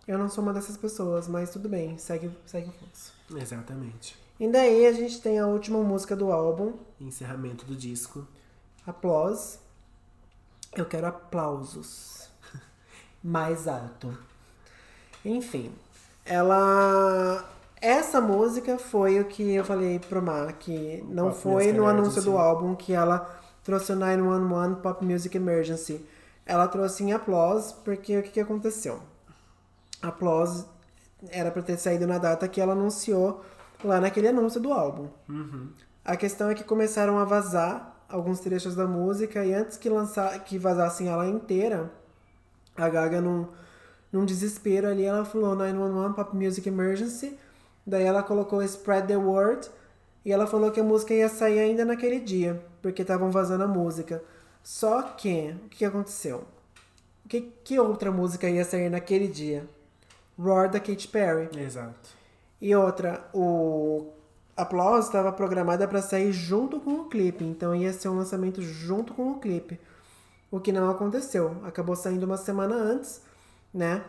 Eu não sou uma dessas pessoas, mas tudo bem, segue, segue o fluxo. Exatamente. E daí a gente tem a última música do álbum. Encerramento do disco. Applause. Eu quero aplausos. Mais alto. Enfim. Ela... Essa música foi o que eu falei pro Mar, que não Pop foi Music no anúncio Emergency. do álbum que ela trouxe o nove um um Pop Music Emergency. Ela trouxe em Applause, porque o que, que aconteceu? Applause era pra ter saído na data que ela anunciou lá naquele anúncio do álbum. Uhum. A questão é que começaram a vazar alguns trechos da música e antes que, lançar, que vazassem ela inteira, a Gaga, num, num desespero ali, ela falou nove um um Pop Music Emergency. Daí ela colocou Spread the Word e ela falou que a música ia sair ainda naquele dia, porque estavam vazando a música. Só que, o que aconteceu? Que, que outra música ia sair naquele dia? Roar, da Katy Perry. Exato. E outra, o Applause estava programada para sair junto com o clipe, então ia ser um lançamento junto com o clipe. O que não aconteceu. Acabou saindo uma semana antes, né?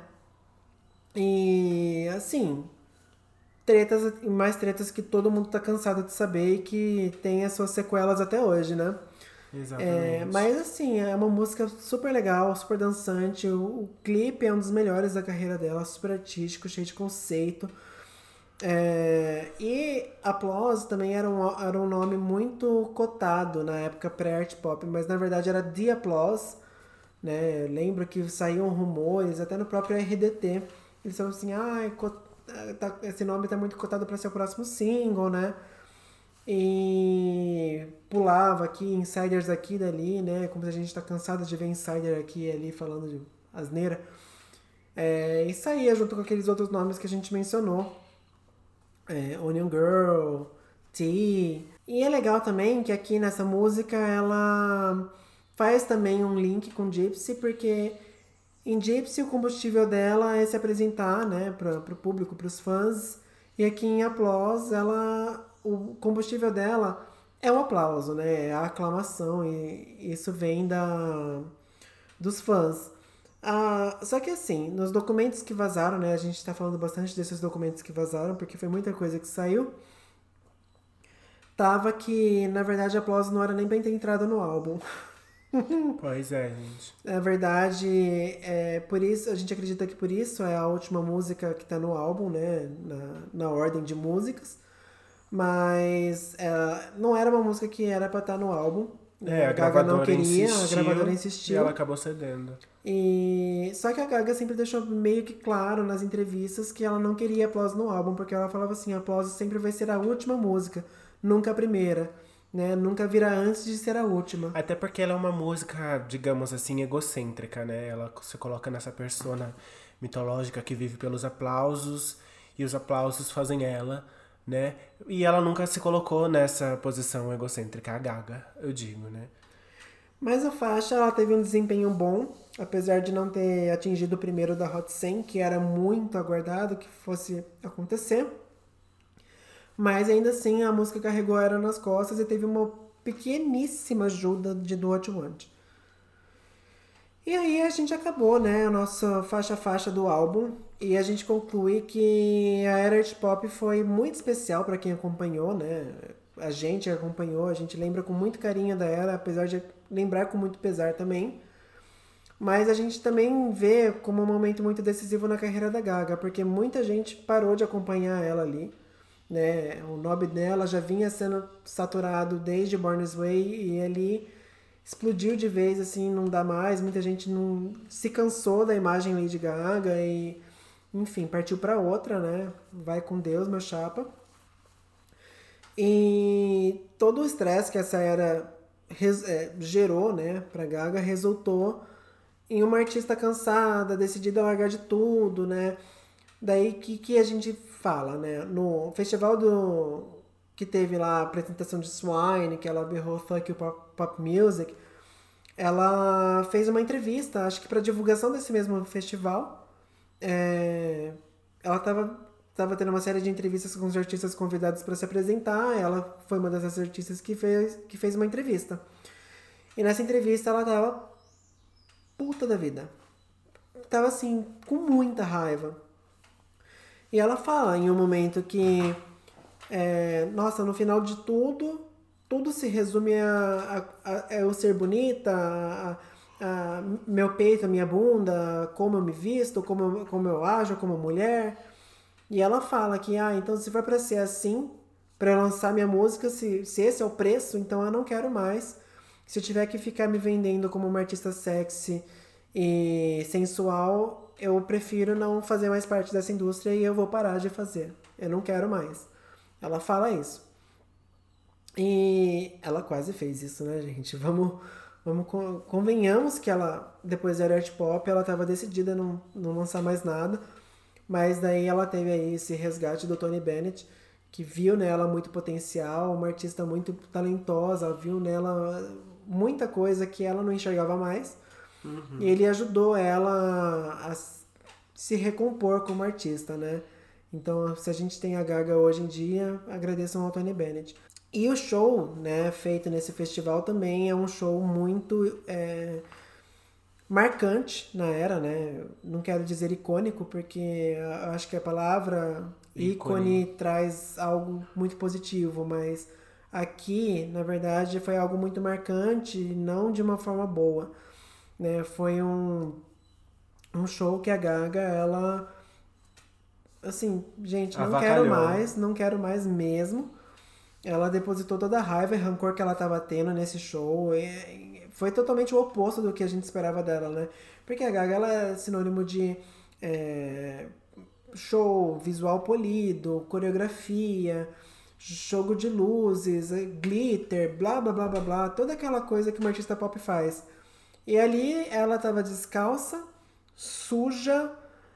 E assim, tretas e mais tretas que todo mundo tá cansado de saber e que tem as suas sequelas até hoje, né? Exatamente. É, mas assim, é uma música super legal, super dançante. O, o clipe é um dos melhores da carreira dela, super artístico, cheio de conceito. É, e Applause também era um, era um nome muito cotado na época pré-art pop, mas na verdade era The Applause, né? Eu lembro que saíam rumores, até no próprio R D T. Eles falavam assim, ah, tá, esse nome tá muito cotado para ser o próximo single, né? E pulava aqui, insiders aqui e dali, né? Como a gente tá cansado de ver insider aqui e ali falando de asneira. É, e saía junto com aqueles outros nomes que a gente mencionou. É, Onion Girl, T. E é legal também que aqui nessa música ela faz também um link com Gypsy, porque em Gypsy o combustível dela é se apresentar, né, para o público, para os fãs. E aqui em Applause, ela, o combustível dela é o aplauso, né, é a aclamação, e isso vem da, dos fãs. Ah, só que assim, nos documentos que vazaram, né, a gente tá falando bastante desses documentos que vazaram, porque foi muita coisa que saiu, tava que, na verdade, a Applause não era nem pra ter entrado no álbum. Pois é, gente. Na verdade, é por isso, a gente acredita que por isso é a última música que tá no álbum, né, na, na ordem de músicas, mas é, não era uma música que era pra estar no álbum. É, a, a Gaga não gravadora queria, insistiu, a gravadora e insistiu. ela acabou cedendo. E só que a Gaga sempre deixou meio que claro nas entrevistas que ela não queria Applause no álbum, porque ela falava assim, Applause sempre vai ser a última música, nunca a primeira, né? Nunca virá antes de ser a última. Até porque ela é uma música, digamos assim, egocêntrica, né? Ela se coloca nessa persona mitológica que vive pelos aplausos e os aplausos fazem ela, né? E ela nunca se colocou nessa posição egocêntrica, a Gaga, eu digo, né? Mas a faixa, ela teve um desempenho bom, apesar de não ter atingido o primeiro da Hot cem, que era muito aguardado que fosse acontecer. Mas ainda assim, a música carregou ela nas costas e teve uma pequeníssima ajuda de Do What You Want. E aí a gente acabou, né, a nossa faixa-faixa do álbum. E a gente conclui que a era art pop foi muito especial para quem acompanhou, né? A gente acompanhou, a gente lembra com muito carinho da era, apesar de lembrar com muito pesar também. Mas a gente também vê como um momento muito decisivo na carreira da Gaga, porque muita gente parou de acompanhar ela ali, né? O nome dela já vinha sendo saturado desde Born This Way e ali explodiu de vez, assim, não dá mais. Muita gente não se cansou da imagem Lady Gaga e, enfim, partiu para outra, né? Vai com Deus, meu chapa. E todo o estresse que essa era é, gerou, né, pra Gaga, resultou em uma artista cansada, decidida a largar de tudo, né? Daí que, que a gente fala, né? No festival do que teve lá a apresentação de Swine, que ela berrou Fuck You Pop, Pop Music, ela fez uma entrevista, acho que para divulgação desse mesmo festival. É, ela tava Tava tendo uma série de entrevistas com os artistas convidados para se apresentar. Ela foi uma dessas artistas que fez, que fez uma entrevista. E nessa entrevista ela tava puta da vida. Tava assim, com muita raiva. E ela fala em um momento que, é, nossa, no final de tudo, tudo se resume a, a, a, a eu ser bonita, a, a, meu peito, a minha bunda, como eu me visto, como eu, como eu ajo como mulher. E ela fala que, ah, então se for pra ser assim, pra eu lançar minha música, se, se esse é o preço, então eu não quero mais. Se eu tiver que ficar me vendendo como uma artista sexy e sensual, eu prefiro não fazer mais parte dessa indústria e eu vou parar de fazer. Eu não quero mais. Ela fala isso. E ela quase fez isso, né, gente? Vamos, vamos convenhamos que ela, depois da art pop, ela estava decidida a não, não lançar mais nada. Mas daí ela teve aí esse resgate do Tony Bennett, que viu nela muito potencial, uma artista muito talentosa, viu nela muita coisa que ela não enxergava mais. Uhum. E ele ajudou ela a se recompor como artista, né? Então, se a gente tem a Gaga hoje em dia, agradeçam ao Tony Bennett. E o show, né, feito nesse festival também é um show muito é, marcante na era, né? Não quero dizer icônico, porque eu acho que a palavra ícone, ícone traz algo muito positivo, mas aqui, na verdade, foi algo muito marcante, não de uma forma boa, né? Foi um, um show que a Gaga, ela, assim, gente, não Avacalhou. quero mais, não quero mais mesmo. Ela depositou toda a raiva e rancor que ela estava tendo nesse show. E foi totalmente o oposto do que a gente esperava dela, né? Porque a Gaga, ela é sinônimo de é, show, visual polido, coreografia, jogo de luzes, glitter, blá, blá, blá, blá, blá. Toda aquela coisa que uma artista pop faz. E ali ela estava descalça, suja,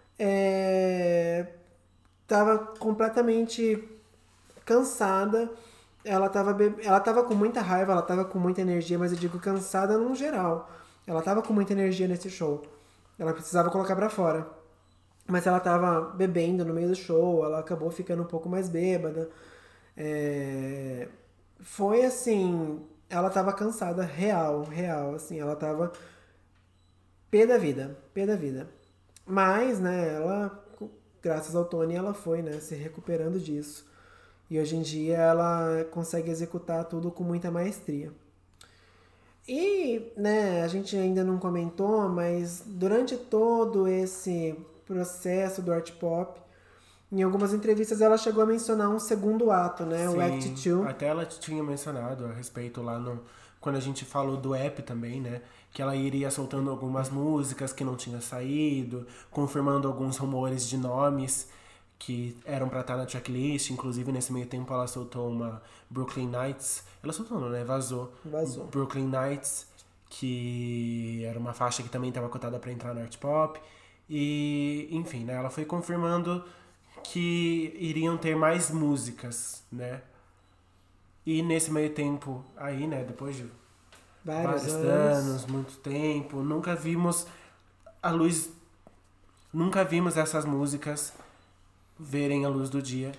é, tava completamente cansada. Ela tava, be... ela tava com muita raiva, ela tava com muita energia, mas eu digo cansada no geral. Ela tava com muita energia nesse show. Ela precisava colocar pra fora. Mas ela tava bebendo no meio do show, ela acabou ficando um pouco mais bêbada. É... Foi assim, ela tava cansada, real, real, assim, ela tava pé da vida, pé da vida. Mas, né, ela, graças ao Tony, ela foi, né, se recuperando disso. E hoje em dia ela consegue executar tudo com muita maestria. E, né, a gente ainda não comentou, mas durante todo esse processo do art pop, em algumas entrevistas ela chegou a mencionar um segundo ato, né, Sim, o Act dois. Até ela tinha mencionado a respeito lá no... Quando a gente falou do app também, né? Que ela iria soltando algumas músicas que não tinham saído, confirmando alguns rumores de nomes que eram pra estar na tracklist. Inclusive, nesse meio tempo, ela soltou uma Brooklyn Nights. Ela soltou, não, né? Vazou. Vazou. Brooklyn Nights, que era uma faixa que também estava cotada pra entrar no art pop. E, enfim, né? Ela foi confirmando que iriam ter mais músicas, né? E nesse meio tempo aí, né? Depois de vários, vários anos. anos, muito tempo, nunca vimos a luz... Nunca vimos essas músicas verem a luz do dia.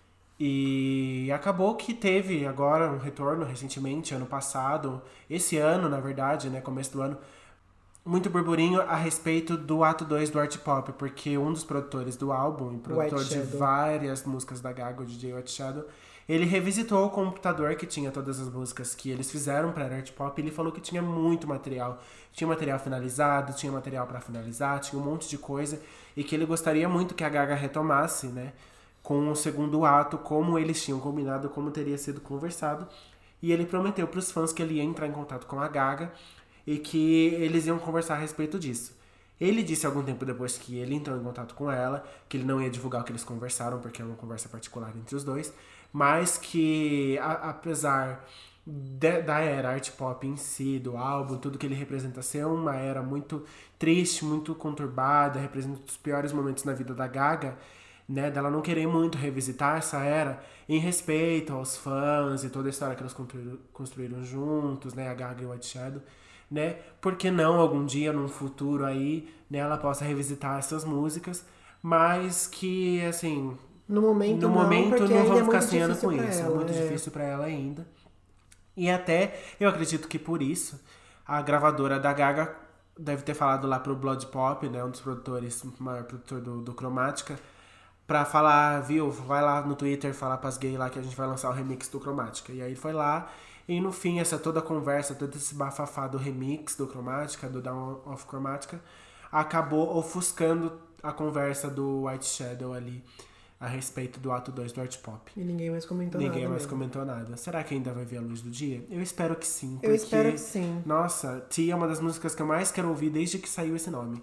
E acabou que teve agora um retorno recentemente, ano passado, esse ano, na verdade, né, começo do ano, muito burburinho a respeito do ato dois do art pop, porque um dos produtores do álbum, e produtor de várias músicas da Gaga, o D J White Shadow, ele revisitou o computador que tinha todas as músicas que eles fizeram para art pop, e ele falou que tinha muito material, tinha material finalizado, tinha material para finalizar, tinha um monte de coisa, e que ele gostaria muito que a Gaga retomasse, né, com o segundo ato, como eles tinham combinado, como teria sido conversado. E ele prometeu para os fãs que ele ia entrar em contato com a Gaga e que eles iam conversar a respeito disso. Ele disse algum tempo depois que ele entrou em contato com ela, que ele não ia divulgar o que eles conversaram, porque é uma conversa particular entre os dois, mas que, a, apesar de, da era art pop em si, do álbum, tudo que ele representa ser uma era muito triste, muito conturbada, representa os piores momentos na vida da Gaga, né, dela não querer muito revisitar essa era em respeito aos fãs e toda a história que eles construíram, construíram juntos, né, a Gaga e o White Shadow, né, porque não algum dia, num futuro aí, né, ela possa revisitar essas músicas, mas que, assim, no momento no não, momento porque não ainda vamos é ficar muito sonhando difícil com pra isso, ela, é muito é. difícil pra ela ainda. E até, eu acredito que por isso, a gravadora da Gaga deve ter falado lá pro Blood Pop, né, um dos produtores, o maior produtor do, do Chromatica, pra falar, viu, vai lá no Twitter falar pras gays lá que a gente vai lançar o remix do Cromática. E aí ele foi lá, e no fim, essa toda a conversa, todo esse bafafá do remix do Cromática, do Down of Cromática, acabou ofuscando a conversa do White Shadow ali, a respeito do ato dois do Art Pop. E ninguém mais comentou Ninguém nada. mais mesmo. comentou nada. Será que ainda vai ver a luz do dia? Eu espero que sim. Eu porque, espero que sim. Nossa, Tia é uma das músicas que eu mais quero ouvir desde que saiu esse nome.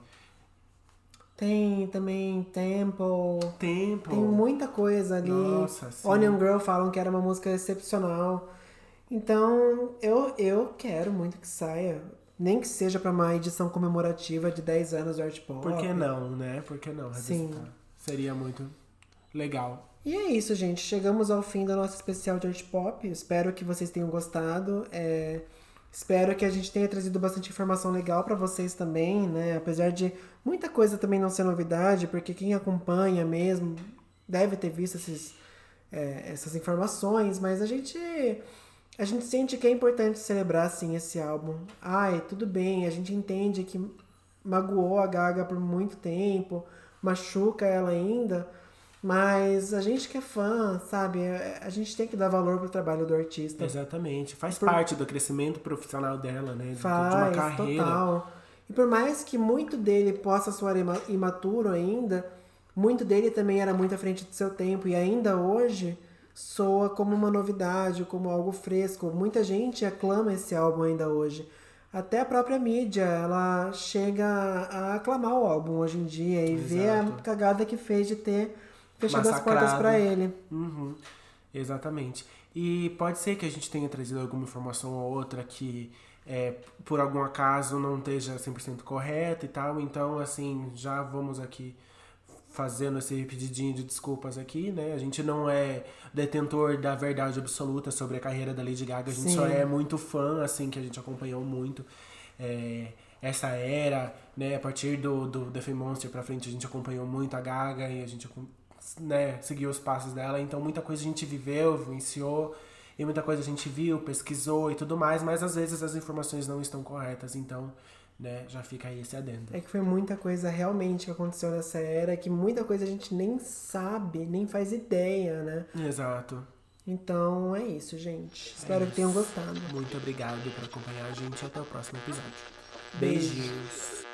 Tem também Temple. Tempo. Tem muita coisa ali. Nossa, sim. Onion Girl falam que era uma música excepcional. Então, eu, eu quero muito que saia. Nem que seja pra uma edição comemorativa de dez anos do Art Pop. Por que não, né? Por que não? Sim. Revisitar? Seria muito legal. E é isso, gente. Chegamos ao fim do nosso especial de Art Pop. Espero que vocês tenham gostado. É... Espero que a gente tenha trazido bastante informação legal pra vocês também, né? Apesar de muita coisa também não ser novidade, porque quem acompanha mesmo deve ter visto esses, é, essas informações, mas a gente, a gente sente que é importante celebrar, sim, esse álbum. Ai, tudo bem, a gente entende que magoou a Gaga por muito tempo, machuca ela ainda, mas a gente que é fã, sabe? A gente tem que dar valor pro trabalho do artista. Exatamente. Faz Por- parte do crescimento profissional dela, né? De- de uma Faz, carreira. total. E por mais que muito dele possa soar ima- imaturo ainda, muito dele também era muito à frente do seu tempo e ainda hoje soa como uma novidade, como algo fresco. Muita gente aclama esse álbum ainda hoje. Até a própria mídia, ela chega a aclamar o álbum hoje em dia e vê a Exato. cagada que fez de ter fechado as portas Massacrado. pra ele. Uhum, exatamente. E pode ser que a gente tenha trazido alguma informação ou outra que, é, por algum acaso, não esteja cem por cento correta e tal. Então, assim, já vamos aqui fazendo esse pedidinho de desculpas aqui, né? A gente não é detentor da verdade absoluta sobre a carreira da Lady Gaga. A gente Sim. só é muito fã, assim, que a gente acompanhou muito. É, essa era, né? A partir do, do The Fame Monster pra frente, a gente acompanhou muito a Gaga e a gente... né, seguiu os passos dela, então muita coisa a gente viveu, vivenciou, e muita coisa a gente viu, pesquisou e tudo mais, mas às vezes as informações não estão corretas, então, né, já fica aí esse adendo. É que foi muita coisa realmente que aconteceu nessa era, que muita coisa a gente nem sabe, nem faz ideia, né? Exato. Então é isso, gente. Espero que tenham gostado. Muito obrigado por acompanhar a gente e até o próximo episódio. Beijo. Beijinhos.